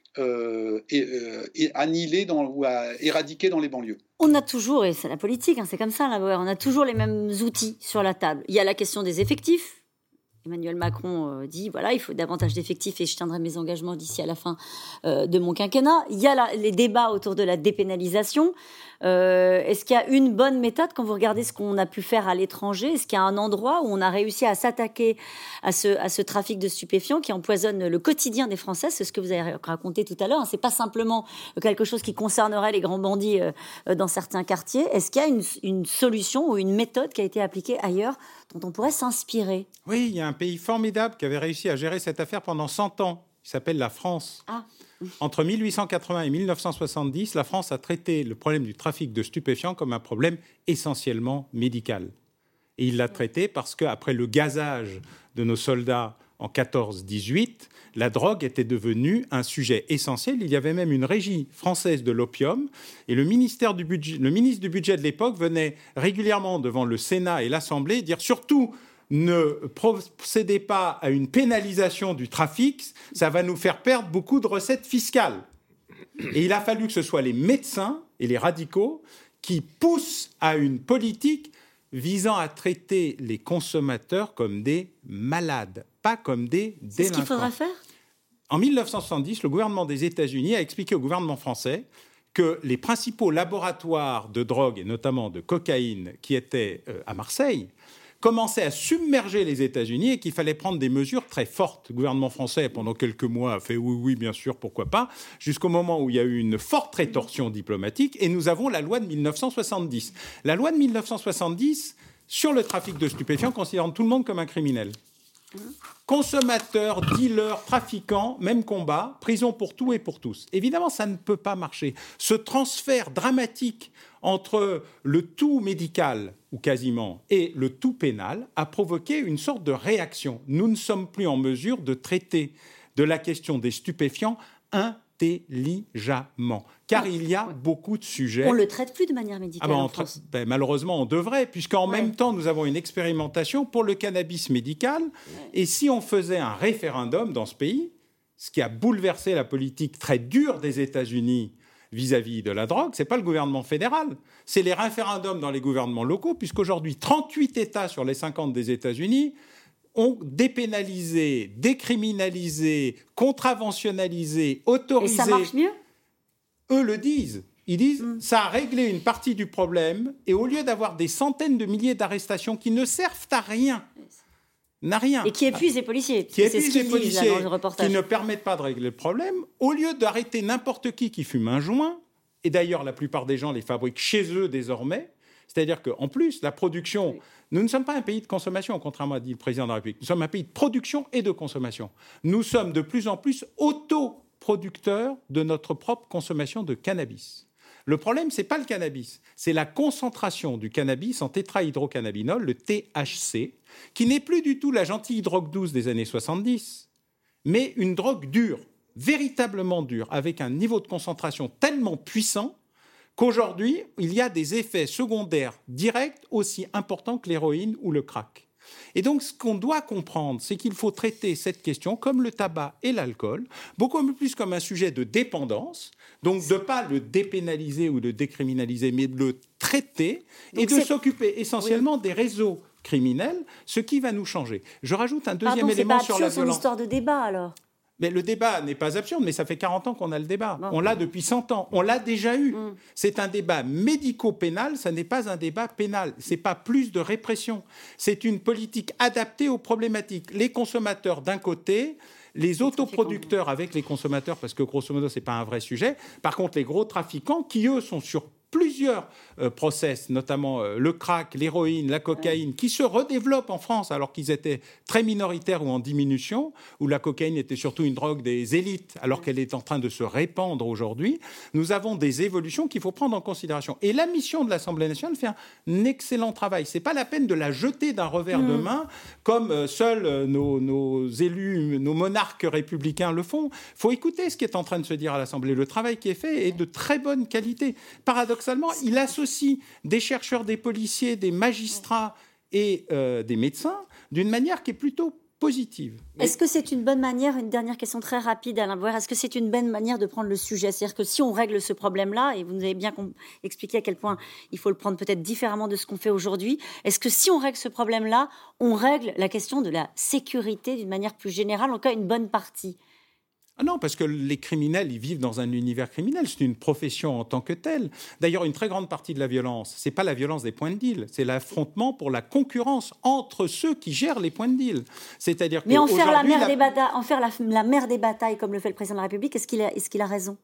Speaker 5: annihiler ou à éradiquer dans les banlieues.
Speaker 1: On a toujours, et c'est la politique, c'est comme ça, on a toujours les mêmes outils sur la table. Il y a la question des effectifs. Emmanuel Macron dit, voilà, il faut davantage d'effectifs et je tiendrai mes engagements d'ici à la fin de mon quinquennat. Il y a les débats autour de la dépénalisation. Est-ce qu'il y a une bonne méthode quand vous regardez ce qu'on a pu faire à l'étranger? Est-ce qu'il y a un endroit où on a réussi à s'attaquer à ce trafic de stupéfiants qui empoisonne le quotidien des Français? C'est ce que vous avez raconté tout à l'heure. C'est pas simplement quelque chose qui concernerait les grands bandits dans certains quartiers. Est-ce qu'il y a une solution ou une méthode qui a été appliquée ailleurs dont on pourrait s'inspirer?
Speaker 4: Oui, il y a un pays formidable qui avait réussi à gérer cette affaire pendant 100 ans. Il s'appelle la France. entre 1880 et 1970, la France a traité le problème du trafic de stupéfiants comme un problème essentiellement médical. Et il l'a traité parce qu'après le gazage de nos soldats en 14-18, la drogue était devenue un sujet essentiel. Il y avait même une régie française de l'opium et le ministre du Budget de l'époque venait régulièrement devant le Sénat et l'Assemblée dire surtout ne procédez pas à une pénalisation du trafic, ça va nous faire perdre beaucoup de recettes fiscales. Et il a fallu que ce soit les médecins et les radicaux qui poussent à une politique visant à traiter les consommateurs comme des malades, pas comme des délinquants.
Speaker 1: C'est ce qu'il faudra faire ?
Speaker 4: En 1970, le gouvernement des États-Unis a expliqué au gouvernement français que les principaux laboratoires de drogue, et notamment de cocaïne, qui étaient à Marseille, commençaient à submerger les États-Unis et qu'il fallait prendre des mesures très fortes. Le gouvernement français, pendant quelques mois, a fait oui, bien sûr, pourquoi pas, jusqu'au moment où il y a eu une forte rétorsion diplomatique et nous avons la loi de 1970. La loi de 1970 sur le trafic de stupéfiants considérant tout le monde comme un criminel. Consommateurs, dealers, trafiquants, même combat, prison pour tout et pour tous. Évidemment, ça ne peut pas marcher. Ce transfert dramatique entre le tout médical, ou quasiment, et le tout pénal a provoqué une sorte de réaction. Nous ne sommes plus en mesure de traiter de la question des stupéfiants intelligemment, car il y a beaucoup de sujets.
Speaker 1: On ne le traite plus de manière médicale en France.
Speaker 4: Malheureusement, on devrait, puisqu'en même temps, nous avons une expérimentation pour le cannabis médical. Et si on faisait un référendum dans ce pays, ce qui a bouleversé la politique très dure des États-Unis vis-à-vis de la drogue, ce n'est pas le gouvernement fédéral, c'est les référendums dans les gouvernements locaux, puisqu'aujourd'hui, 38 États sur les 50 des États-Unis ont dépénalisé, décriminalisé, contraventionnalisé, autorisé.
Speaker 1: Et ça marche mieux ?
Speaker 4: Eux le disent. Ils disent ça a réglé une partie du problème et au lieu d'avoir des centaines de milliers d'arrestations qui ne servent à rien,
Speaker 1: et qui épuisent les policiers,
Speaker 4: qui ne permettent pas de régler le problème, au lieu d'arrêter n'importe qui fume un joint, et d'ailleurs la plupart des gens les fabriquent chez eux désormais, c'est-à-dire qu'en plus, la production... Nous ne sommes pas un pays de consommation, contrairement à dit le président de la République. Nous sommes un pays de production et de consommation. Nous sommes de plus en plus autoproducteurs de notre propre consommation de cannabis. Le problème, ce n'est pas le cannabis, c'est la concentration du cannabis en tétrahydrocannabinol, le THC, qui n'est plus du tout la gentille drogue douce des années 70, mais une drogue dure, véritablement dure, avec un niveau de concentration tellement puissant qu'aujourd'hui, il y a des effets secondaires directs aussi importants que l'héroïne ou le crack. Et donc, ce qu'on doit comprendre, c'est qu'il faut traiter cette question, comme le tabac et l'alcool, beaucoup plus comme un sujet de dépendance, donc de ne pas le dépénaliser ou le décriminaliser, mais de le traiter et de s'occuper essentiellement des réseaux criminels, ce qui va nous changer. Je rajoute un deuxième élément sur la violence.
Speaker 1: C'est une histoire de débat, alors.
Speaker 4: Mais le débat n'est pas absurde, mais ça fait 40 ans qu'on a le débat. On l'a depuis 100 ans. On l'a déjà eu. C'est un débat médico-pénal, ça n'est pas un débat pénal. Ce n'est pas plus de répression. C'est une politique adaptée aux problématiques. Les consommateurs d'un côté, les autoproducteurs avec les consommateurs, parce que grosso modo, ce n'est pas un vrai sujet. Par contre, les gros trafiquants qui, eux, sont sur plusieurs process, notamment le crack, l'héroïne, la cocaïne, qui se redéveloppent en France alors qu'ils étaient très minoritaires ou en diminution, où la cocaïne était surtout une drogue des élites alors qu'elle est en train de se répandre aujourd'hui. Nous avons des évolutions qu'il faut prendre en considération. Et la mission de l'Assemblée nationale fait un excellent travail. Ce n'est pas la peine de la jeter d'un revers de main comme seuls nos élus, nos monarques républicains le font. Il faut écouter ce qui est en train de se dire à l'Assemblée. Le travail qui est fait est de très bonne qualité. Paradoxalement, il associe des chercheurs, des policiers, des magistrats et des médecins d'une manière qui est plutôt positive.
Speaker 1: Est-ce que c'est une bonne manière, une dernière question très rapide Alain Bauer, est-ce que c'est une bonne manière de prendre le sujet ? C'est-à-dire que si on règle ce problème-là, et vous nous avez bien expliqué à quel point il faut le prendre peut-être différemment de ce qu'on fait aujourd'hui, est-ce que si on règle ce problème-là, on règle la question de la sécurité d'une manière plus générale, en tout cas une bonne partie ?
Speaker 4: Ah non, parce que les criminels, ils vivent dans un univers criminel. C'est une profession en tant que telle. D'ailleurs, une très grande partie de la violence, c'est pas la violence des points de deal, c'est l'affrontement pour la concurrence entre ceux qui gèrent les points de deal. C'est-à-dire que
Speaker 1: mais en faire la mère des batailles, comme le fait le président de la République, est-ce qu'il a raison ?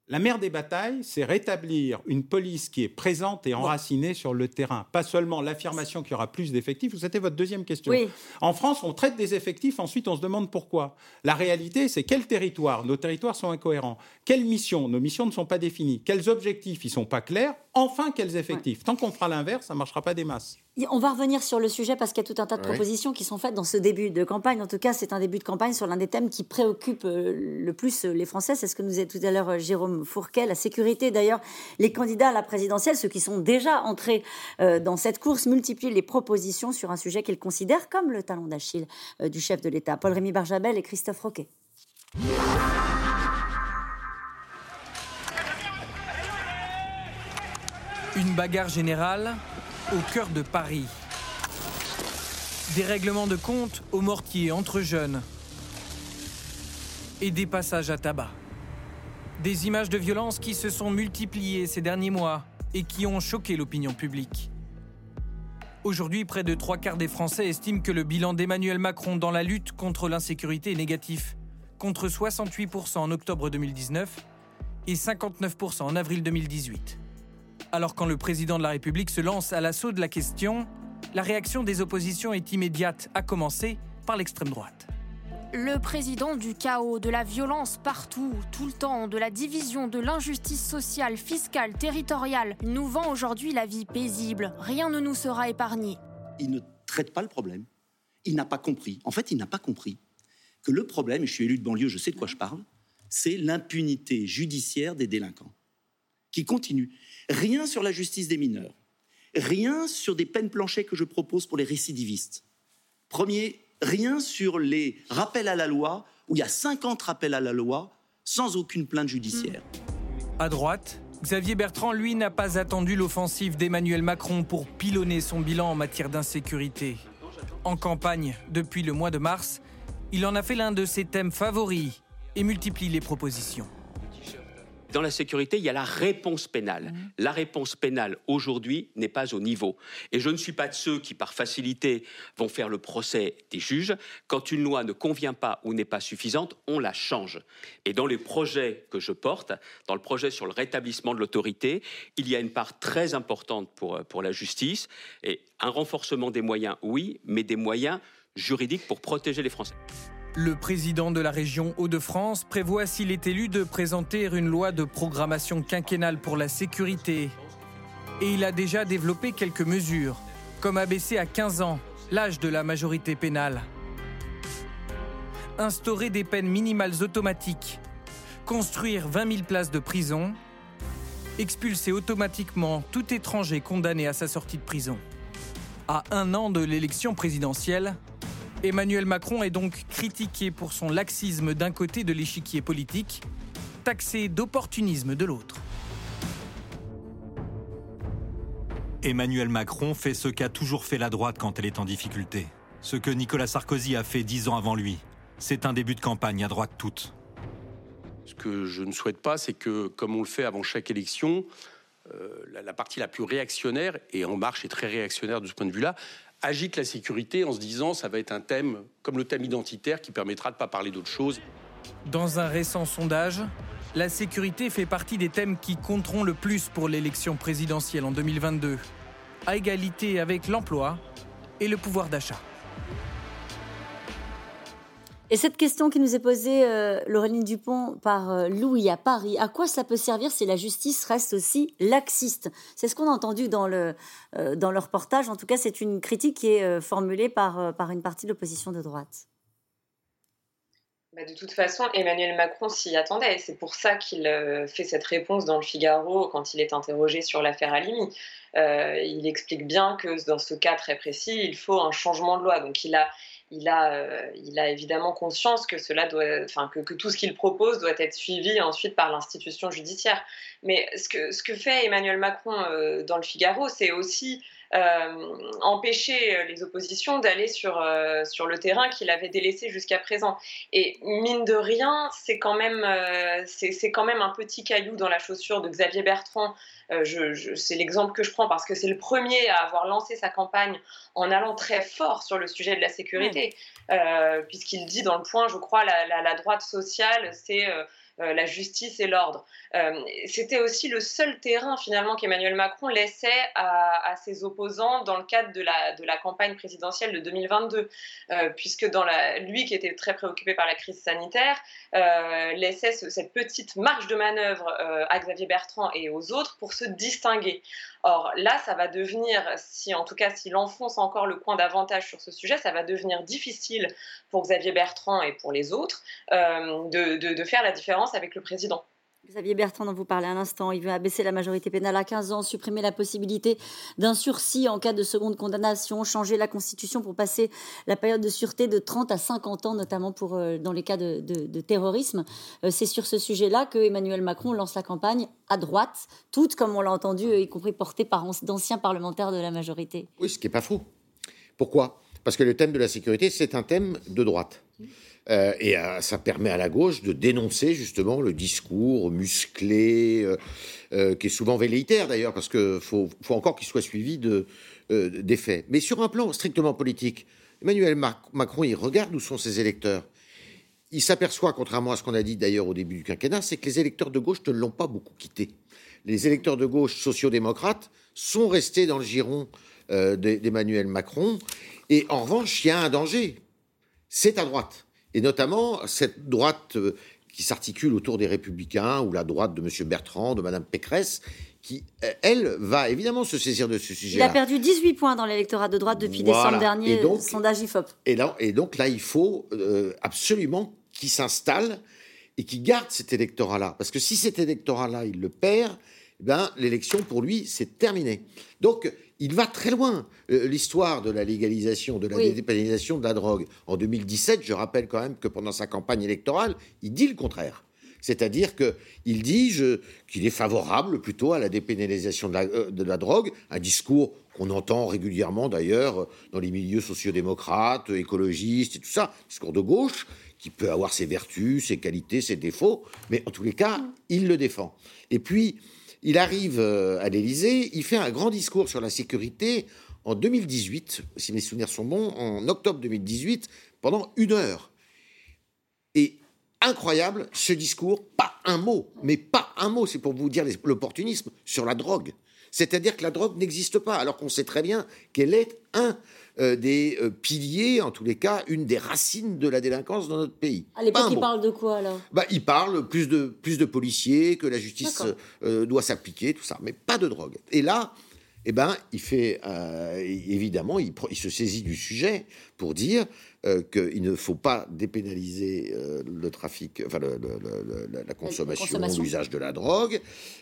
Speaker 4: La mère des batailles, c'est rétablir une police qui est présente et enracinée sur le terrain. Pas seulement l'affirmation qu'il y aura plus d'effectifs. C'était votre deuxième question.
Speaker 1: Oui.
Speaker 4: En France, on traite des effectifs, ensuite on se demande pourquoi. La réalité, c'est quel territoire? Nos territoires sont incohérents. Quelles missions? Nos missions ne sont pas définies. Quels objectifs? Ils ne sont pas clairs. Enfin, quels effectifs? Tant qu'on fera l'inverse, ça ne marchera pas des masses.
Speaker 1: On va revenir sur le sujet parce qu'il y a tout un tas de propositions qui sont faites dans ce début de campagne. En tout cas, c'est un début de campagne sur l'un des thèmes qui préoccupe le plus les Français. C'est ce que nous a dit tout à l'heure Jérôme Fourquet, la sécurité. D'ailleurs, les candidats à la présidentielle, ceux qui sont déjà entrés dans cette course, multiplient les propositions sur un sujet qu'ils considèrent comme le talon d'Achille du chef de l'État. Paul-Rémy Barjabel et Christophe Roquet.
Speaker 9: Une bagarre générale au cœur de Paris. Des règlements de compte au mortier entre jeunes. Et des passages à tabac. Des images de violence qui se sont multipliées ces derniers mois et qui ont choqué l'opinion publique. Aujourd'hui, près de 3/4 des Français estiment que le bilan d'Emmanuel Macron dans la lutte contre l'insécurité est négatif, contre 68% en octobre 2019 et 59% en avril 2018. Alors quand le président de la République se lance à l'assaut de la question, la réaction des oppositions est immédiate, à commencer par l'extrême droite.
Speaker 6: Le président du chaos, de la violence partout, tout le temps, de la division, de l'injustice sociale, fiscale, territoriale, nous vend aujourd'hui la vie paisible. Rien ne nous sera épargné.
Speaker 11: Il ne traite pas le problème. Il n'a pas compris. En fait, il n'a pas compris que le problème, et je suis élu de banlieue, je sais de quoi je parle, c'est l'impunité judiciaire des délinquants qui continue. Rien sur la justice des mineurs. Rien sur des peines planchées que je propose pour les récidivistes. Rien sur les rappels à la loi, où il y a 50 rappels à la loi sans aucune plainte judiciaire.
Speaker 9: À droite, Xavier Bertrand, lui, n'a pas attendu l'offensive d'Emmanuel Macron pour pilonner son bilan en matière d'insécurité. En campagne, depuis le mois de mars, il en a fait l'un de ses thèmes favoris et multiplie les propositions.
Speaker 15: Dans la sécurité, il y a la réponse pénale. La réponse pénale, aujourd'hui, n'est pas au niveau. Et je ne suis pas de ceux qui, par facilité, vont faire le procès des juges. Quand une loi ne convient pas ou n'est pas suffisante, on la change. Et dans les projets que je porte, dans le projet sur le rétablissement de l'autorité, il y a une part très importante pour la justice. Et un renforcement des moyens, oui, mais des moyens juridiques pour protéger les Français.
Speaker 9: Le président de la région Hauts-de-France prévoit, s'il est élu, de présenter une loi de programmation quinquennale pour la sécurité. Et il a déjà développé quelques mesures, comme abaisser à 15 ans l'âge de la majorité pénale. Instaurer des peines minimales automatiques, construire 20 000 places de prison, expulser automatiquement tout étranger condamné à sa sortie de prison. À 1 an de l'élection présidentielle, Emmanuel Macron est donc critiqué pour son laxisme d'un côté de l'échiquier politique, taxé d'opportunisme de l'autre.
Speaker 16: Emmanuel Macron fait ce qu'a toujours fait la droite quand elle est en difficulté. Ce que Nicolas Sarkozy a fait 10 ans avant lui. C'est un début de campagne à droite toute.
Speaker 17: Ce que je ne souhaite pas, c'est que, comme on le fait avant chaque élection, la partie la plus réactionnaire, et En Marche est très réactionnaire de ce point de vue-là, agite la sécurité en se disant ça va être un thème comme le thème identitaire qui permettra de ne pas parler d'autre chose.
Speaker 9: Dans un récent sondage, la sécurité fait partie des thèmes qui compteront le plus pour l'élection présidentielle en 2022, à égalité avec l'emploi et le pouvoir d'achat.
Speaker 1: Et cette question qui nous est posée, Laureline Dupont, par Louis à Paris, à quoi ça peut servir si la justice reste aussi laxiste? C'est ce qu'on a entendu dans le reportage. En tout cas, c'est une critique qui est formulée par une partie de l'opposition de droite.
Speaker 3: De toute façon, Emmanuel Macron s'y attendait. C'est pour ça qu'il fait cette réponse dans le Figaro quand il est interrogé sur l'affaire Halimi. Il explique bien que dans ce cas très précis, il faut un changement de loi. Donc il a évidemment conscience que que tout ce qu'il propose doit être suivi ensuite par l'institution judiciaire. Mais ce que fait Emmanuel Macron dans le Figaro, c'est aussi empêcher les oppositions d'aller sur le terrain qu'il avait délaissé jusqu'à présent. Et mine de rien, c'est quand même un petit caillou dans la chaussure de Xavier Bertrand. C'est l'exemple que je prends parce que c'est le premier à avoir lancé sa campagne en allant très fort sur le sujet de la sécurité, puisqu'il dit dans le point, je crois, la droite sociale, la justice et l'ordre. C'était aussi le seul terrain finalement qu'Emmanuel Macron laissait à ses opposants dans le cadre de la campagne présidentielle de 2022, puisque lui qui était très préoccupé par la crise sanitaire laissait cette petite marge de manœuvre à Xavier Bertrand et aux autres pour se distinguer. Or là, ça va devenir, en tout cas s'il enfonce encore le point d'avantage sur ce sujet, ça va devenir difficile pour Xavier Bertrand et pour les autres de faire la différence avec le président.
Speaker 1: Xavier Bertrand, dont vous parlez à l'instant, il veut abaisser la majorité pénale à 15 ans, supprimer la possibilité d'un sursis en cas de seconde condamnation, changer la Constitution pour passer la période de sûreté de 30 à 50 ans, notamment dans les cas de terrorisme. C'est sur ce sujet-là que Emmanuel Macron lance la campagne à droite, toute, comme on l'a entendu, y compris portée par d'anciens parlementaires de la majorité.
Speaker 2: Oui, ce qui n'est pas faux. Pourquoi ? Parce que le thème de la sécurité, c'est un thème de droite. Et ça permet à la gauche de dénoncer justement le discours musclé, qui est souvent velléitaire d'ailleurs, parce qu'il faut encore qu'il soit suivi des faits. Mais sur un plan strictement politique, Emmanuel Macron, il regarde où sont ses électeurs. Il s'aperçoit, contrairement à ce qu'on a dit d'ailleurs au début du quinquennat, c'est que les électeurs de gauche ne l'ont pas beaucoup quitté. Les électeurs de gauche sociodémocrates sont restés dans le giron d'Emmanuel Macron. Et en revanche, il y a un danger. C'est à droite. Et notamment cette droite qui s'articule autour des Républicains, ou la droite de M. Bertrand, de Mme Pécresse, qui, elle, va évidemment se saisir de ce sujet-là.
Speaker 1: Il a perdu 18 points dans l'électorat de droite depuis décembre dernier, sondage IFOP.
Speaker 2: Et donc là, il faut absolument qu'il s'installe et qu'il garde cet électorat-là. Parce que si cet électorat-là, il le perd, l'élection, pour lui, c'est terminé. Donc, il va très loin. L'histoire de la légalisation, de la dépénalisation de la drogue. En 2017, je rappelle quand même que pendant sa campagne électorale, il dit le contraire. C'est-à-dire qu'il dit qu'il est favorable plutôt à la dépénalisation de la drogue, un discours qu'on entend régulièrement d'ailleurs dans les milieux sociodémocrates, écologistes et tout ça, discours de gauche, qui peut avoir ses vertus, ses qualités, ses défauts, mais en tous les cas, il le défend. Et puis, il arrive à l'Élysée, il fait un grand discours sur la sécurité en 2018, si mes souvenirs sont bons, en octobre 2018, pendant 1 heure. Et incroyable, ce discours, pas un mot, c'est pour vous dire l'opportunisme, sur la drogue. C'est-à-dire que la drogue n'existe pas, alors qu'on sait très bien qu'elle est un des piliers, en tous les cas, une des racines de la délinquance dans notre pays.
Speaker 1: À l'époque, il parle de quoi, alors ?
Speaker 2: Il parle plus de policiers, que la justice doit s'appliquer, tout ça, mais pas de drogue. Et là, il fait, évidemment, il se saisit du sujet pour dire qu'il ne faut pas dépénaliser le trafic, enfin la consommation, l'usage de la drogue,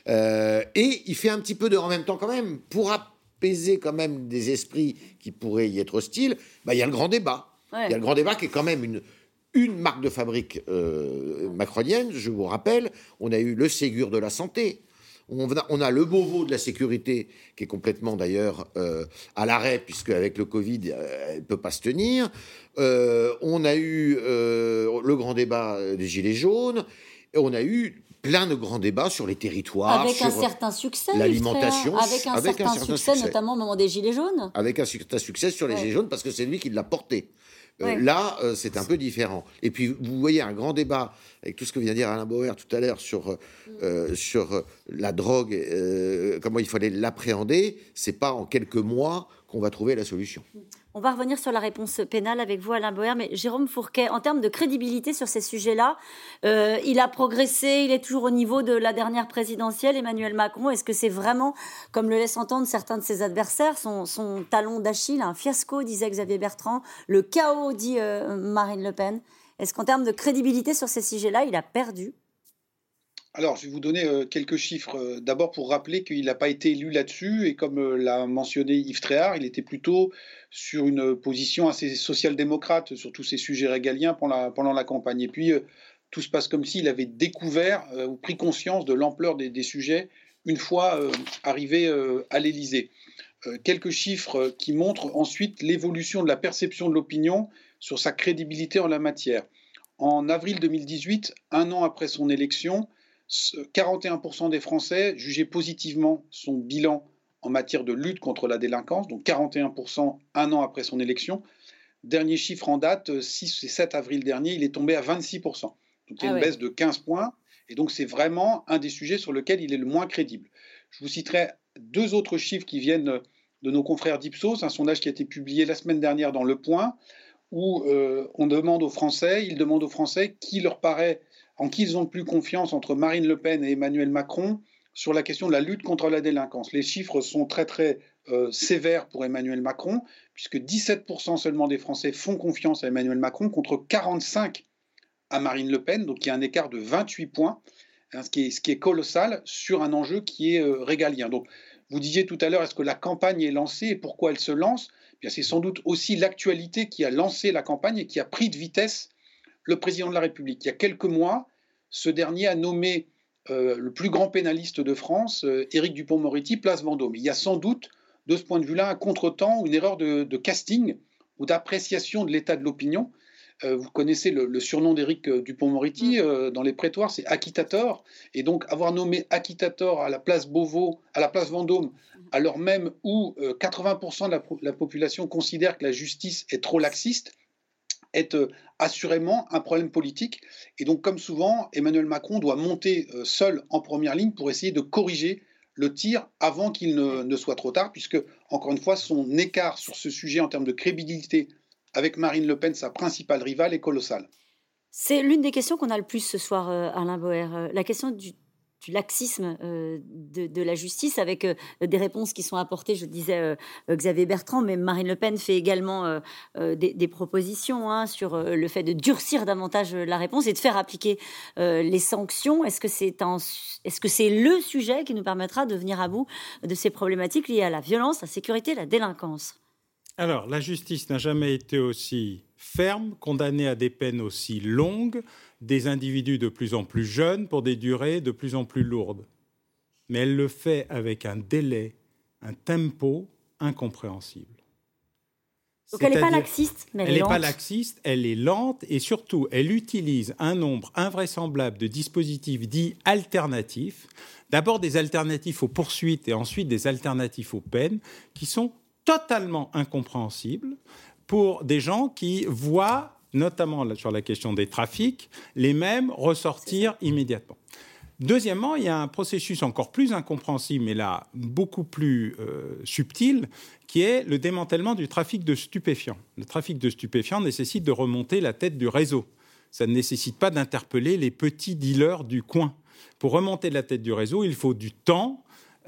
Speaker 2: et il fait un petit peu en même temps quand même, pour apaiser quand même des esprits qui pourraient y être hostiles, il y a le grand débat. Ouais. Il y a le grand débat qui est quand même une marque de fabrique macronienne, je vous rappelle, on a eu le Ségur de la santé. On a le Beauvau de la sécurité, qui est complètement d'ailleurs à l'arrêt, puisque avec le Covid, elle ne peut pas se tenir. On a eu le grand débat des Gilets jaunes. Et on a eu plein de grands débats sur les territoires,
Speaker 1: avec
Speaker 2: sur
Speaker 1: un certain succès,
Speaker 2: l'alimentation.
Speaker 1: Avec un certain succès, notamment au moment des Gilets jaunes.
Speaker 2: Avec un certain succès sur les Gilets jaunes, parce que c'est lui qui l'a porté. Là, c'est un peu différent. Et puis, vous voyez un grand débat avec tout ce que vient de dire Alain Bauer tout à l'heure sur la drogue, comment il fallait l'appréhender. C'est pas en quelques mois qu'on va trouver la solution.
Speaker 1: On va revenir sur la réponse pénale avec vous, Alain Bauer, mais Jérôme Fourquet, en termes de crédibilité sur ces sujets-là, il a progressé, il est toujours au niveau de la dernière présidentielle, Emmanuel Macron. Est-ce que c'est vraiment, comme le laissent entendre certains de ses adversaires, son talon d'Achille, un fiasco, disait Xavier Bertrand, le chaos, dit Marine Le Pen. Est-ce qu'en termes de crédibilité sur ces sujets-là, il a perdu ?
Speaker 5: Alors, je vais vous donner quelques chiffres. D'abord, pour rappeler qu'il n'a pas été élu là-dessus, et comme l'a mentionné Yves Tréhard, il était plutôt sur une position assez social-démocrate sur tous ces sujets régaliens pendant la campagne. Et puis, tout se passe comme s'il avait découvert ou pris conscience de l'ampleur des sujets une fois arrivé à l'Élysée. Quelques chiffres qui montrent ensuite l'évolution de la perception de l'opinion sur sa crédibilité en la matière. En avril 2018, 1 an après son élection, 41% des Français jugeaient positivement son bilan en matière de lutte contre la délinquance, donc 41% 1 an après son élection. Dernier chiffre en date, 6 et 7 avril dernier, il est tombé à 26%. Donc il y a une baisse de 15 points. Et donc, c'est vraiment un des sujets sur lequel il est le moins crédible. Je vous citerai 2 autres chiffres qui viennent de nos confrères d'Ipsos, un sondage qui a été publié la semaine dernière dans Le Point, où ils demandent aux Français qui leur paraît, en qui ils ont le plus confiance entre Marine Le Pen et Emmanuel Macron sur la question de la lutte contre la délinquance. Les chiffres sont très très sévères pour Emmanuel Macron, puisque 17% seulement des Français font confiance à Emmanuel Macron contre 45% à Marine Le Pen, donc il y a un écart de 28 points, hein, ce qui est colossal sur un enjeu qui est régalien. Donc, vous disiez tout à l'heure, est-ce que la campagne est lancée et pourquoi elle se lance ? Bien, c'est sans doute aussi l'actualité qui a lancé la campagne et qui a pris de vitesse le président de la République. Il y a quelques mois, ce dernier a nommé le plus grand pénaliste de France, Éric Dupond-Moretti, place Vendôme. Il y a sans doute, de ce point de vue-là, un contretemps, une erreur de casting ou d'appréciation de l'état de l'opinion. Vous connaissez le surnom d'Éric Dupond-Moretti dans les prétoires, c'est Acquitator. Et donc, avoir nommé Acquitator à la place Beauvau, à la place Vendôme, alors même où 80% de la population considère que la justice est trop laxiste, est assurément un problème politique. Et donc, comme souvent, Emmanuel Macron doit monter seul en première ligne pour essayer de corriger le tir avant qu'il ne soit trop tard, puisque, encore une fois, son écart sur ce sujet en termes de crédibilité avec Marine Le Pen, sa principale rivale, est colossale.
Speaker 1: C'est l'une des questions qu'on a le plus ce soir, Alain Boer. La question du laxisme de la justice, avec des réponses qui sont apportées, je disais Xavier Bertrand, mais Marine Le Pen fait également des propositions sur le fait de durcir davantage la réponse et de faire appliquer les sanctions. Est-ce que c'est le sujet qui nous permettra de venir à bout de ces problématiques liées à la violence, la sécurité, la délinquance ?
Speaker 4: Alors, la justice n'a jamais été aussi ferme, condamnée à des peines aussi longues, des individus de plus en plus jeunes pour des durées de plus en plus lourdes. Mais elle le fait avec un délai, un tempo incompréhensible.
Speaker 1: Donc elle n'est pas laxiste, mais elle est lente.
Speaker 4: Elle n'est pas laxiste, elle est lente et surtout, elle utilise un nombre invraisemblable de dispositifs dits alternatifs. D'abord des alternatifs aux poursuites et ensuite des alternatifs aux peines qui sont totalement incompréhensible pour des gens qui voient, notamment sur la question des trafics, les mêmes ressortir immédiatement. Deuxièmement, il y a un processus encore plus incompréhensible, mais là beaucoup plus subtil, qui est le démantèlement du trafic de stupéfiants. Le trafic de stupéfiants nécessite de remonter la tête du réseau. Ça ne nécessite pas d'interpeller les petits dealers du coin. Pour remonter la tête du réseau, il faut du temps,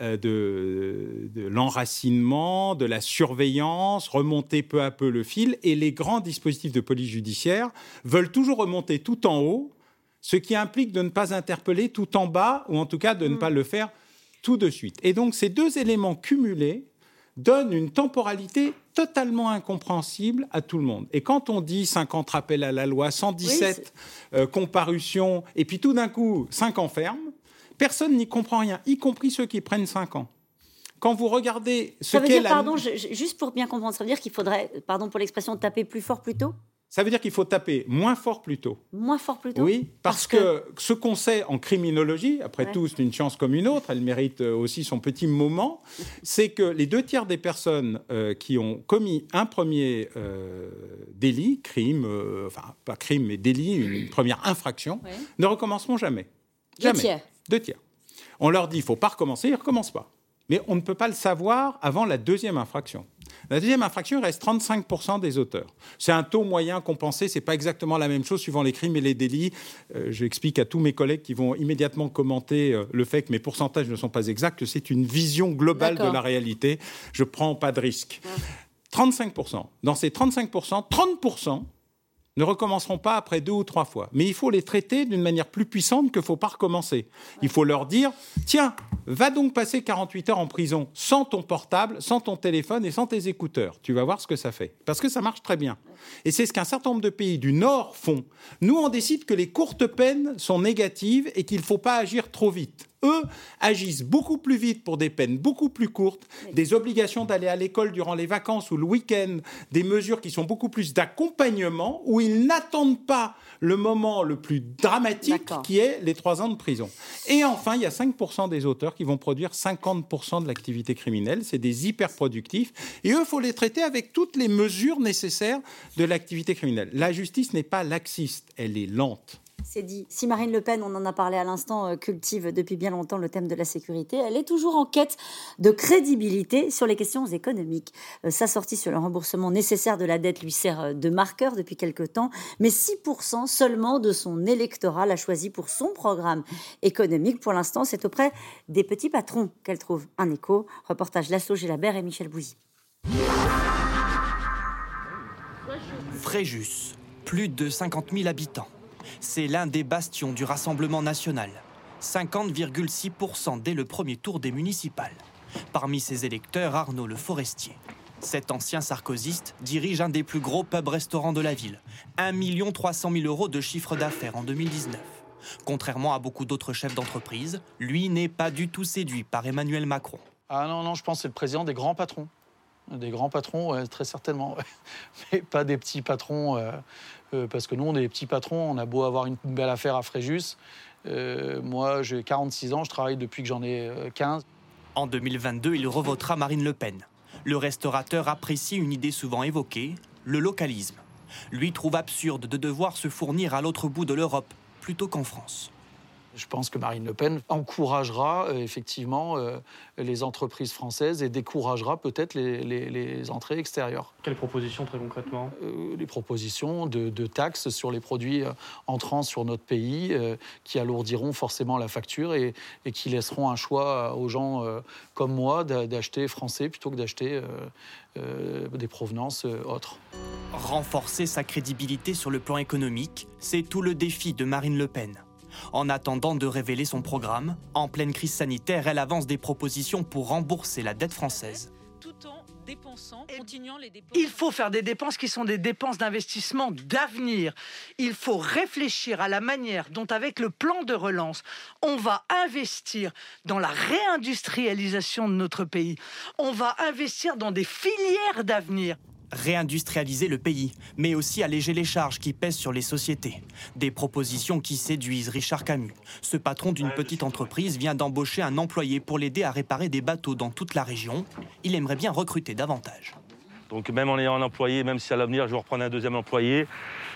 Speaker 4: de l'enracinement, de la surveillance, remonter peu à peu le fil. Et les grands dispositifs de police judiciaire veulent toujours remonter tout en haut, ce qui implique de ne pas interpeller tout en bas, ou en tout cas de ne pas le faire tout de suite. Et donc ces deux éléments cumulés donnent une temporalité totalement incompréhensible à tout le monde. Et quand on dit 50 rappels à la loi, 117 comparutions, et puis tout d'un coup 5 ans ferme, personne n'y comprend rien, y compris ceux qui prennent 5 ans. Quand vous regardez ce qu'est la...
Speaker 1: Pardon, juste pour bien comprendre, ça veut dire qu'il faudrait, pardon pour l'expression, taper plus fort plus tôt ?
Speaker 4: Ça veut dire qu'il faut taper moins fort plus tôt.
Speaker 1: Moins fort plus tôt ?
Speaker 4: Oui, parce que ce qu'on sait en criminologie, après tout, c'est une science comme une autre, elle mérite aussi son petit moment, c'est que les 2/3 des personnes qui ont commis un premier délit, crime, enfin pas crime, mais délit, une première infraction, ne recommenceront jamais. Jamais. 2/3. On leur dit, il ne faut pas recommencer, ils ne recommencent pas. Mais on ne peut pas le savoir avant la deuxième infraction. La deuxième infraction, il reste 35% des auteurs. C'est un taux moyen compensé, ce n'est pas exactement la même chose suivant les crimes et les délits. J'explique à tous mes collègues qui vont immédiatement commenter le fait que mes pourcentages ne sont pas exacts, que c'est une vision globale de la réalité. Je ne prends pas de risque. 35%. Dans ces 35%, 30% ne recommenceront pas après 2 ou 3 fois. Mais il faut les traiter d'une manière plus puissante qu'il ne faut pas recommencer. Il faut leur dire, tiens, va donc passer 48 heures en prison sans ton portable, sans ton téléphone et sans tes écouteurs. Tu vas voir ce que ça fait. Parce que ça marche très bien. Et c'est ce qu'un certain nombre de pays du Nord font. Nous, on décide que les courtes peines sont négatives et qu'il ne faut pas agir trop vite. Eux agissent beaucoup plus vite pour des peines beaucoup plus courtes, des obligations d'aller à l'école durant les vacances ou le week-end, des mesures qui sont beaucoup plus d'accompagnement, où ils n'attendent pas le moment le plus dramatique qui est les 3 ans de prison. Et enfin, il y a 5% des auteurs qui vont produire 50% de l'activité criminelle. C'est des hyper-productifs. Et eux, il faut les traiter avec toutes les mesures nécessaires de l'activité criminelle. La justice n'est pas laxiste, elle est lente.
Speaker 1: C'est dit. Si Marine Le Pen, on en a parlé à l'instant, cultive depuis bien longtemps le thème de la sécurité, elle est toujours en quête de crédibilité sur les questions économiques. Sa sortie sur le remboursement nécessaire de la dette lui sert de marqueur depuis quelque temps, mais 6% seulement de son électorat l'a choisi pour son programme économique. Pour l'instant, c'est auprès des petits patrons qu'elle trouve un écho. Reportage Laszlo Gélabert et Michel Bouzy.
Speaker 18: Fréjus, plus de 50 000 habitants. C'est l'un des bastions du Rassemblement national. 50,6% dès le premier tour des municipales. Parmi ses électeurs, Arnaud Le Forestier. Cet ancien sarkozyste dirige un des plus gros pubs-restaurants de la ville. 1 300 000 € de chiffre d'affaires en 2019. Contrairement à beaucoup d'autres chefs d'entreprise, lui n'est pas du tout séduit par Emmanuel Macron.
Speaker 19: Ah non, je pense que c'est le président des grands patrons. Des grands patrons, très certainement. Mais pas des petits patrons, parce que nous, on est des petits patrons. On a beau avoir une belle affaire à Fréjus. Moi, j'ai 46 ans, je travaille depuis que j'en ai 15.
Speaker 18: En 2022, il revotera Marine Le Pen. Le restaurateur apprécie une idée souvent évoquée, le localisme. Lui trouve absurde de devoir se fournir à l'autre bout de l'Europe, plutôt qu'en France.
Speaker 19: Je pense que Marine Le Pen encouragera effectivement les entreprises françaises et découragera peut-être les entrées extérieures.
Speaker 12: Quelles propositions très concrètement ?
Speaker 19: Les propositions de taxes sur les produits entrant sur notre pays qui alourdiront forcément la facture et qui laisseront un choix aux gens comme moi d'acheter français plutôt que d'acheter des provenances autres.
Speaker 18: Renforcer sa crédibilité sur le plan économique, c'est tout le défi de Marine Le Pen. En attendant de révéler son programme, en pleine crise sanitaire, elle avance des propositions pour rembourser la dette française.
Speaker 20: Tout en dépensant, continuant les dépenses.
Speaker 21: Il faut faire des dépenses qui sont des dépenses d'investissement d'avenir. Il faut réfléchir à la manière dont, avec le plan de relance, on va investir dans la réindustrialisation de notre pays. On va investir dans des filières d'avenir.
Speaker 18: Réindustrialiser le pays, mais aussi alléger les charges qui pèsent sur les sociétés. Des propositions qui séduisent Richard Camus. Ce patron d'une petite entreprise vient d'embaucher un employé pour l'aider à réparer des bateaux dans toute la région. Il aimerait bien recruter davantage.
Speaker 22: Donc même en ayant un employé, même si à l'avenir je vais reprendre un deuxième employé,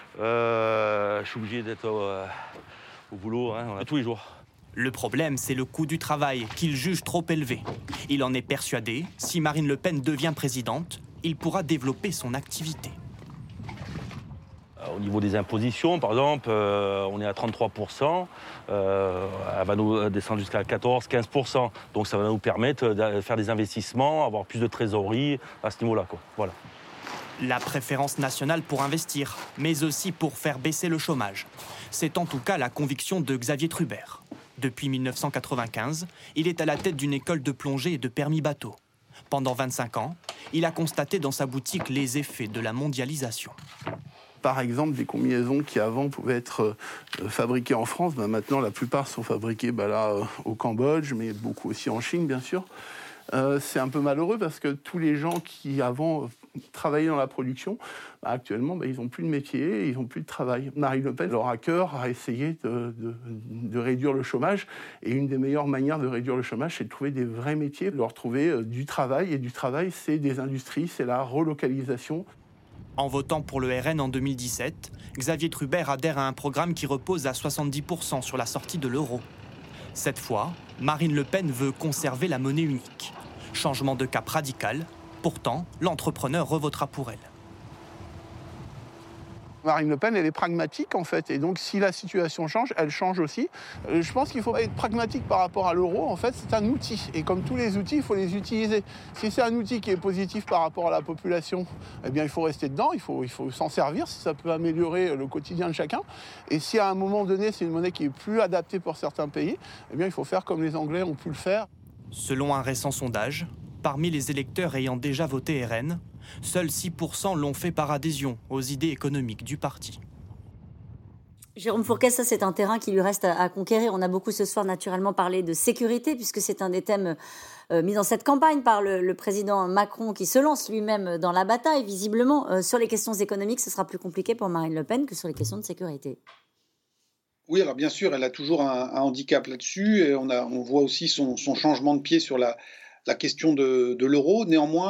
Speaker 22: je suis obligé d'être au boulot tous les jours.
Speaker 18: Le problème, c'est le coût du travail, qu'il juge trop élevé. Il en est persuadé, si Marine Le Pen devient présidente, il pourra développer son activité.
Speaker 22: Au niveau des impositions, par exemple, on est à 33%, elle va nous descendre jusqu'à 14-15%. Donc ça va nous permettre de faire des investissements, avoir plus de trésorerie à ce niveau-là, quoi. Voilà.
Speaker 18: La préférence nationale pour investir, mais aussi pour faire baisser le chômage. C'est en tout cas la conviction de Xavier Trubert. Depuis 1995, il est à la tête d'une école de plongée et de permis bateau. Pendant 25 ans, il a constaté dans sa boutique les effets de la mondialisation.
Speaker 23: Par exemple, des combinaisons qui avant pouvaient être fabriquées en France, maintenant la plupart sont fabriquées au Cambodge, mais beaucoup aussi en Chine, bien sûr. C'est un peu malheureux parce que tous les gens qui avant travaillaient dans la production, actuellement, ils n'ont plus de métier, ils n'ont plus de travail. Marine Le Pen, leur à cœur, a essayé de réduire le chômage. Et une des meilleures manières de réduire le chômage, c'est de trouver des vrais métiers, de leur trouver du travail. Et du travail, c'est des industries, c'est la relocalisation.
Speaker 18: En votant pour le RN en 2017, Xavier Trubert adhère à un programme qui repose à 70% sur la sortie de l'euro. Cette fois, Marine Le Pen veut conserver la monnaie unique. Changement de cap radical. Pourtant, l'entrepreneur revotera pour elle.
Speaker 23: Marine Le Pen, elle est pragmatique, en fait. Et donc, si la situation change, elle change aussi. Je pense qu'il faut être pragmatique par rapport à l'euro. En fait, c'est un outil. Et comme tous les outils, il faut les utiliser. Si c'est un outil qui est positif par rapport à la population, eh bien, il faut rester dedans. Il faut s'en servir si ça peut améliorer le quotidien de chacun. Et si à un moment donné, c'est une monnaie qui est plus adaptée pour certains pays, eh bien, il faut faire comme les Anglais ont pu le faire.
Speaker 18: Selon un récent sondage, parmi les électeurs ayant déjà voté RN, seuls 6% l'ont fait par adhésion aux idées économiques du parti.
Speaker 1: Jérôme Fourquet, ça c'est un terrain qui lui reste à conquérir. On a beaucoup ce soir naturellement parlé de sécurité puisque c'est un des thèmes mis dans cette campagne par le président Macron qui se lance lui-même dans la bataille. Visiblement, sur les questions économiques, ce sera plus compliqué pour Marine Le Pen que sur les questions de sécurité.
Speaker 5: Oui, alors bien sûr, elle a toujours un handicap là-dessus. Et on voit aussi son changement de pied sur la question de l'euro. Néanmoins,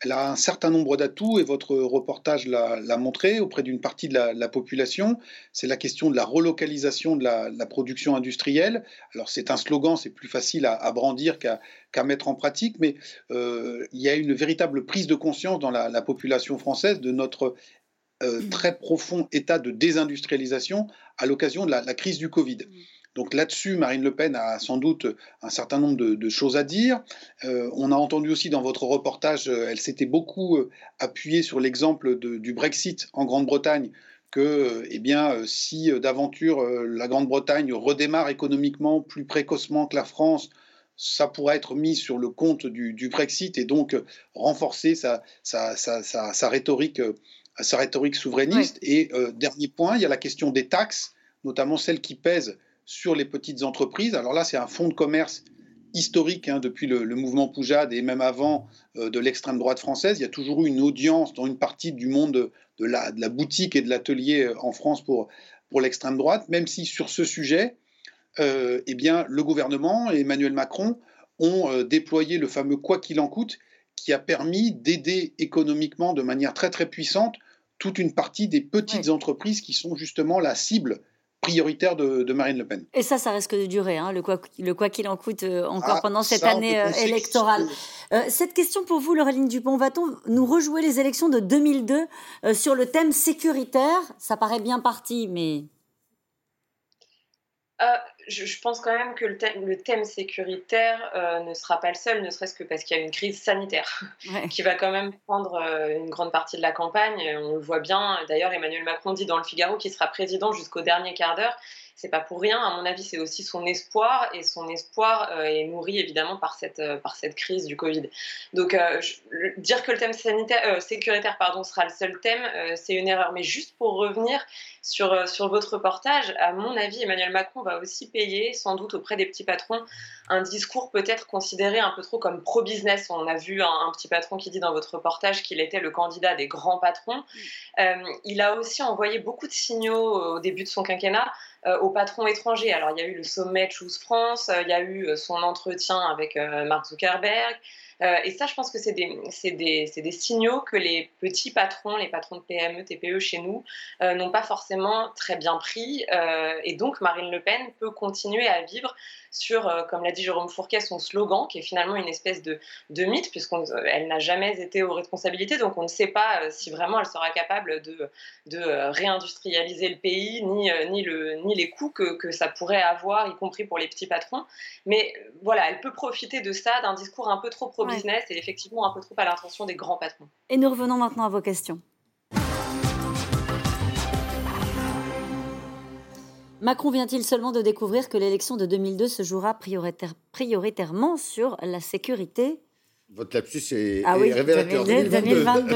Speaker 5: elle a un certain nombre d'atouts et votre reportage l'a montré auprès d'une partie de la population. C'est la question de la relocalisation de la production industrielle. Alors c'est un slogan, c'est plus facile à brandir qu'à mettre en pratique, mais il y a une véritable prise de conscience dans la population française de notre très profond état de désindustrialisation à l'occasion de la crise du Covid. Donc là-dessus, Marine Le Pen a sans doute un certain nombre de choses à dire. On a entendu aussi dans votre reportage, elle s'était beaucoup appuyée sur l'exemple du Brexit en Grande-Bretagne, que si d'aventure la Grande-Bretagne redémarre économiquement plus précocement que la France, ça pourrait être mis sur le compte du Brexit et donc renforcer sa rhétorique souverainiste. Oui. Et dernier point, il y a la question des taxes, notamment celles qui pèsent sur les petites entreprises. Alors là, c'est un fonds de commerce historique depuis le mouvement Poujade et même avant de l'extrême droite française. Il y a toujours eu une audience dans une partie du monde de la boutique et de l'atelier en France pour l'extrême droite, même si sur ce sujet, le gouvernement et Emmanuel Macron ont déployé le fameux « quoi qu'il en coûte » qui a permis d'aider économiquement de manière très très puissante toute une partie des petites entreprises qui sont justement la cible prioritaire de Marine Le Pen.
Speaker 1: Et ça risque de durer, le quoi qu'il en coûte encore pendant cette année électorale. Cette question pour vous, Laureline Dupont, va-t-on nous rejouer les élections de 2002 sur le thème sécuritaire ? Ça paraît bien parti, mais...
Speaker 3: Je pense quand même que le thème sécuritaire ne sera pas le seul, ne serait-ce que parce qu'il y a une crise sanitaire qui va quand même prendre une grande partie de la campagne. On le voit bien. D'ailleurs, Emmanuel Macron dit dans Le Figaro qu'il sera président jusqu'au dernier quart d'heure. C'est pas pour rien. À mon avis, c'est aussi son espoir. Et son espoir est nourri évidemment par cette crise du Covid. Donc, dire que le thème sécuritaire sera le seul thème, c'est une erreur. Mais juste pour revenir sur votre reportage, à mon avis, Emmanuel Macron va aussi payer, sans doute auprès des petits patrons, un discours peut-être considéré un peu trop comme pro-business. On a vu un petit patron qui dit dans votre reportage qu'il était le candidat des grands patrons. Il a aussi envoyé beaucoup de signaux au début de son quinquennat aux patrons étrangers. Alors, il y a eu le sommet Choose France, il y a eu son entretien avec Mark Zuckerberg. Et ça, je pense que c'est des signaux que les petits patrons, les patrons de PME, TPE chez nous, n'ont pas forcément très bien pris. Et donc, Marine Le Pen peut continuer à vivre sur, comme l'a dit Jérôme Fourquet, son slogan, qui est finalement une espèce de mythe, puisqu'elle n'a jamais été aux responsabilités. Donc, on ne sait pas si vraiment elle sera capable de réindustrialiser le pays, ni les coûts que ça pourrait avoir, y compris pour les petits patrons. Mais voilà, elle peut profiter de ça, d'un discours un peu trop pro-business et effectivement un peu trop à l'intention des grands patrons.
Speaker 1: Et nous revenons maintenant à vos questions. Macron vient-il seulement de découvrir que l'élection de 2002 se jouera prioritairement sur la sécurité ?
Speaker 2: Votre lapsus est
Speaker 1: oui,
Speaker 2: révélateur.
Speaker 1: 2022.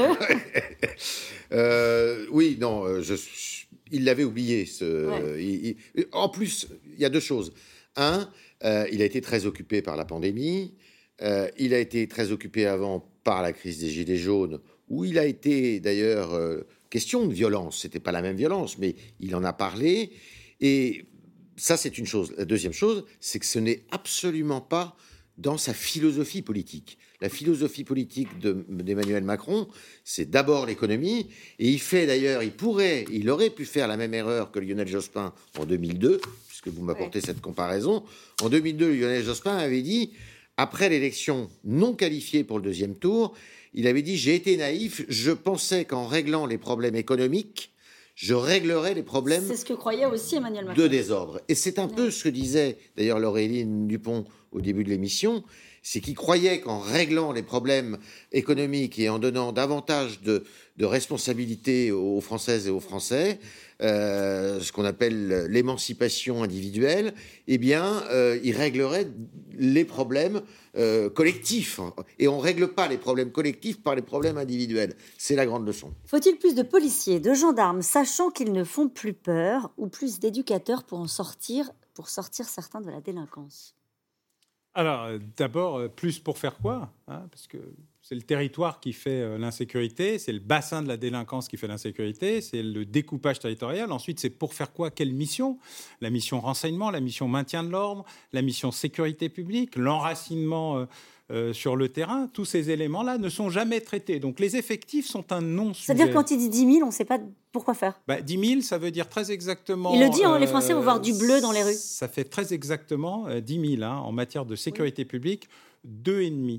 Speaker 2: Oui, non, il l'avait oublié. En plus, il y a deux choses. Un, il a été très occupé par la pandémie. Il a été très occupé avant par la crise des Gilets jaunes, où il a été d'ailleurs question de violence. C'était pas la même violence, mais il en a parlé. Et ça, c'est une chose. La deuxième chose, c'est que ce n'est absolument pas dans sa philosophie politique. La philosophie politique d'Emmanuel Macron, c'est d'abord l'économie. Et il aurait pu faire la même erreur que Lionel Jospin en 2002, puisque vous m'apportez cette comparaison. En 2002, Lionel Jospin avait dit, après l'élection non qualifiée pour le deuxième tour, il avait dit « J'ai été naïf, je pensais qu'en réglant les problèmes économiques, je réglerai les problèmes
Speaker 1: c'est ce que croyait aussi Emmanuel Macron.
Speaker 2: De désordre. » Et c'est un peu ce que disait d'ailleurs Laureline Dupont au début de l'émission, c'est qu'il croyait qu'en réglant les problèmes économiques et en donnant davantage de responsabilités aux Françaises et aux Français, ce qu'on appelle l'émancipation individuelle, eh bien, il réglerait les problèmes collectifs. Et on ne règle pas les problèmes collectifs par les problèmes individuels. C'est la grande leçon.
Speaker 1: Faut-il plus de policiers, de gendarmes, sachant qu'ils ne font plus peur, ou plus d'éducateurs pour sortir certains de la délinquance ?
Speaker 4: Alors, d'abord, plus pour faire quoi ? Parce que c'est le territoire qui fait l'insécurité, c'est le bassin de la délinquance qui fait l'insécurité, c'est le découpage territorial. Ensuite, c'est pour faire quoi ? Quelle mission ? La mission renseignement, la mission maintien de l'ordre, la mission sécurité publique, l'enracinement sur le terrain, tous ces éléments-là ne sont jamais traités. Donc les effectifs sont un non-sujet.
Speaker 1: C'est-à-dire quand il dit 10 000, on ne sait pas pourquoi faire.
Speaker 4: 10 000, ça veut dire très exactement...
Speaker 1: Il le dit, les Français vont voir du bleu dans les rues.
Speaker 4: Ça fait très exactement 10 000 en matière de sécurité publique, 2,5.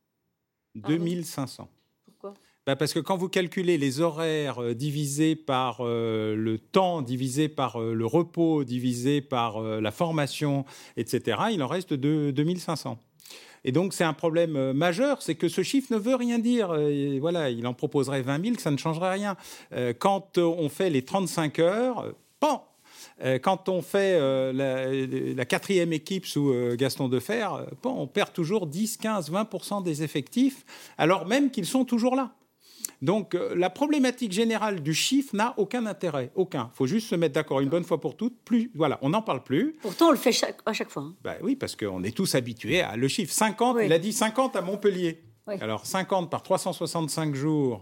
Speaker 4: 2 500.
Speaker 1: Pourquoi ?
Speaker 4: Parce que quand vous calculez les horaires divisés par le temps, divisé par le repos, divisé par la formation, etc., il en reste 2 500. Et donc, c'est un problème majeur, c'est que ce chiffre ne veut rien dire. Voilà, il en proposerait 20 000, que ça ne changerait rien. Quand on fait les 35 heures, quand on fait la quatrième équipe sous Gaston Defferre, on perd toujours 10, 15, 20% des effectifs, alors même qu'ils sont toujours là. Donc, la problématique générale du chiffre n'a aucun intérêt. Aucun. Il faut juste se mettre d'accord une bonne fois pour toutes. Voilà, on n'en parle plus.
Speaker 1: Pourtant, on le fait à chaque fois.
Speaker 4: Oui, parce qu'on est tous habitués à le chiffre. 50, il a dit 50 à Montpellier. Oui. Alors, 50 par 365 jours,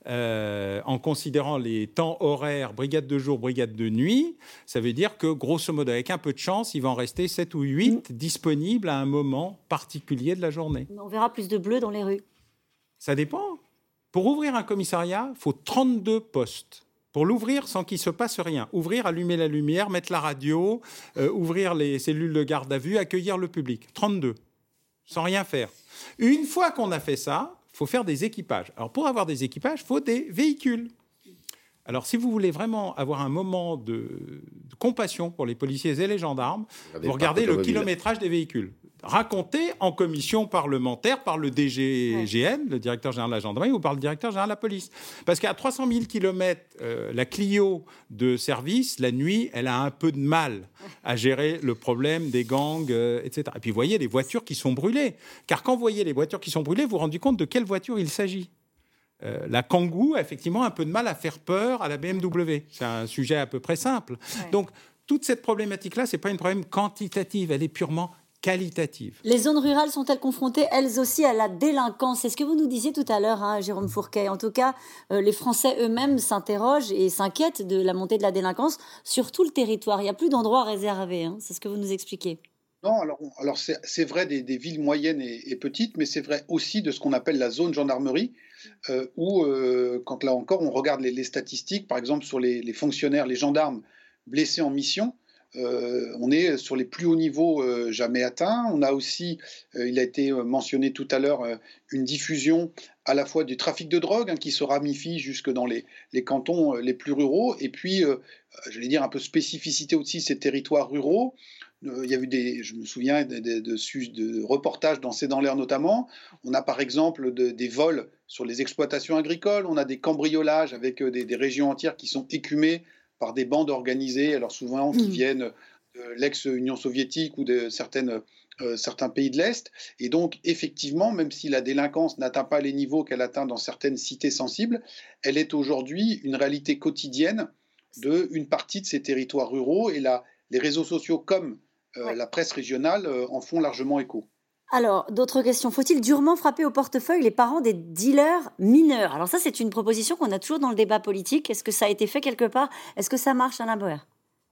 Speaker 4: en considérant les temps horaires, brigade de jour, brigade de nuit, ça veut dire que, grosso modo, avec un peu de chance, il va en rester 7 ou 8 disponibles à un moment particulier de la journée.
Speaker 1: On verra plus de bleu dans les rues.
Speaker 4: Ça dépend. Pour ouvrir un commissariat, il faut 32 postes. Pour l'ouvrir sans qu'il ne se passe rien. Ouvrir, allumer la lumière, mettre la radio, ouvrir les cellules de garde à vue, accueillir le public. 32. Sans rien faire. Une fois qu'on a fait ça, il faut faire des équipages. Alors, pour avoir des équipages, il faut des véhicules. Alors, si vous voulez vraiment avoir un moment de compassion pour les policiers et les gendarmes, vous regardez le kilométrage des véhicules. Raconté en commission parlementaire par le DGGN, le directeur général de la gendarmerie, ou par le directeur général de la police. Parce qu'à 300 000 km, la Clio de service, la nuit, elle a un peu de mal à gérer le problème des gangs, etc. Et puis, vous voyez les voitures qui sont brûlées. Car quand vous voyez les voitures qui sont brûlées, vous vous rendez compte de quelle voiture il s'agit. La Kangoo a effectivement un peu de mal à faire peur à la BMW. C'est un sujet à peu près simple. Ouais. Donc, toute cette problématique-là, ce n'est pas une problème quantitative, elle est purement qualitative.
Speaker 1: Les zones rurales sont-elles confrontées, elles aussi, à la délinquance ? C'est ce que vous nous disiez tout à l'heure, Jérôme Fourquet. En tout cas, les Français eux-mêmes s'interrogent et s'inquiètent de la montée de la délinquance sur tout le territoire. Il n'y a plus d'endroits réservés, c'est ce que vous nous expliquez.
Speaker 5: Non, alors c'est vrai des villes moyennes et petites, mais c'est vrai aussi de ce qu'on appelle la zone gendarmerie, où, quand là encore, on regarde les statistiques, par exemple sur les fonctionnaires, les gendarmes blessés en mission, on est sur les plus hauts niveaux jamais atteints. On a aussi, il a été mentionné tout à l'heure, une diffusion à la fois du trafic de drogue qui se ramifie jusque dans les cantons les plus ruraux, et puis, j'allais dire, un peu spécificité aussi ces territoires ruraux. Il y a eu je me souviens de reportages dans C'est dans l'air notamment. On a par exemple des vols sur les exploitations agricoles, on a des cambriolages avec des régions entières qui sont écumées par des bandes organisées, alors souvent qui viennent de l'ex-Union soviétique ou de certains pays de l'Est. Et donc, effectivement, même si la délinquance n'atteint pas les niveaux qu'elle atteint dans certaines cités sensibles, elle est aujourd'hui une réalité quotidienne d'une partie de ces territoires ruraux. Et les réseaux sociaux comme la presse régionale en font largement écho.
Speaker 1: Alors, d'autres questions. Faut-il durement frapper au portefeuille les parents des dealers mineurs ? Alors ça, c'est une proposition qu'on a toujours dans le débat politique. Est-ce que ça a été fait quelque part ? Est-ce que ça marche, Alain Bauer ?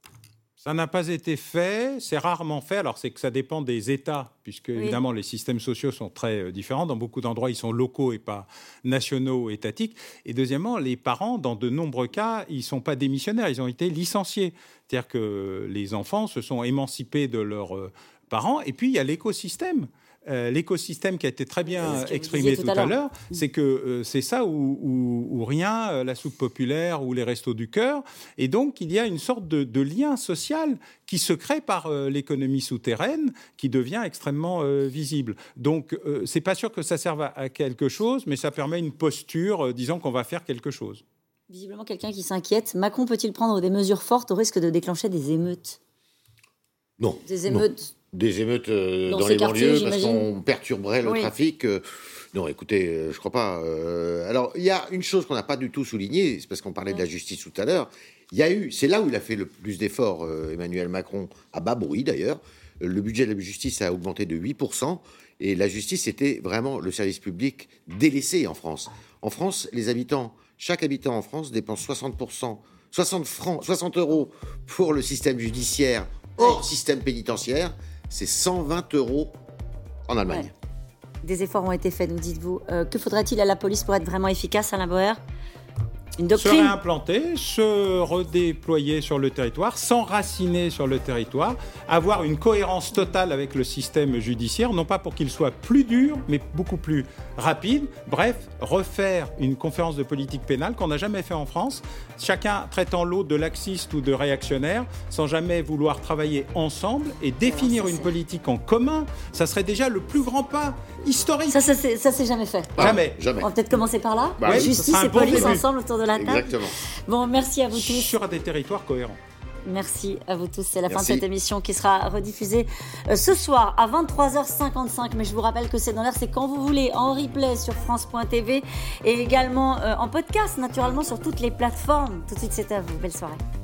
Speaker 4: Ça n'a pas été fait, c'est rarement fait. Alors, c'est que ça dépend des États, puisque, évidemment, les systèmes sociaux sont très différents. Dans beaucoup d'endroits, ils sont locaux et pas nationaux, étatiques. Et deuxièmement, les parents, dans de nombreux cas, ils ne sont pas démissionnaires, ils ont été licenciés. C'est-à-dire que les enfants se sont émancipés de leurs parents. Et puis, il y a l'écosystème. L'écosystème qui a été très bien exprimé tout à l'heure, c'est que c'est ça ou rien, la soupe populaire ou les restos du cœur. Et donc, il y a une sorte de lien social qui se crée par l'économie souterraine, qui devient extrêmement visible. Donc, c'est pas sûr que ça serve à quelque chose, mais ça permet une posture disant qu'on va faire quelque chose.
Speaker 1: Visiblement, quelqu'un qui s'inquiète. Macron peut-il prendre des mesures fortes au risque de déclencher des émeutes ?
Speaker 2: Non.
Speaker 1: Des émeutes
Speaker 2: non. Des émeutes dans les banlieues parce qu'on perturberait le trafic. Non, écoutez, je crois pas. Alors, il y a une chose qu'on n'a pas du tout soulignée, c'est parce qu'on parlait de la justice tout à l'heure. C'est là où il a fait le plus d'efforts, Emmanuel Macron, à bas bruit d'ailleurs. Le budget de la justice a augmenté de 8%, et la justice était vraiment le service public délaissé en France. En France, chaque habitant en France dépense 60 euros pour le système judiciaire hors système pénitentiaire. C'est 120 euros en Allemagne.
Speaker 1: des efforts ont été faits, nous dites-vous. Que faudrait-il à la police pour être vraiment efficace, Alain Boer ? Une doctrine.
Speaker 4: Se réimplanter, se redéployer sur le territoire, s'enraciner sur le territoire, avoir une cohérence totale avec le système judiciaire, non pas pour qu'il soit plus dur, mais beaucoup plus rapide. Bref, refaire une conférence de politique pénale qu'on n'a jamais fait en France, chacun traitant l'autre de laxiste ou de réactionnaire, sans jamais vouloir travailler ensemble et définir une politique en commun. Ça serait déjà le plus grand pas historique.
Speaker 1: Ça s'est jamais fait.
Speaker 4: Jamais.
Speaker 1: On va peut-être commencer par là.
Speaker 4: Oui,
Speaker 1: Justice et police ensemble autour de la table.
Speaker 2: Exactement.
Speaker 1: Bon, merci à vous tous.
Speaker 4: Sur des territoires cohérents.
Speaker 1: Merci à vous tous. C'est la fin de cette émission qui sera rediffusée ce soir à 23h55. Mais je vous rappelle que C'est dans l'air, c'est quand vous voulez, en replay sur France.tv et également en podcast, naturellement, sur toutes les plateformes. Tout de suite, c'est à vous. Belle soirée.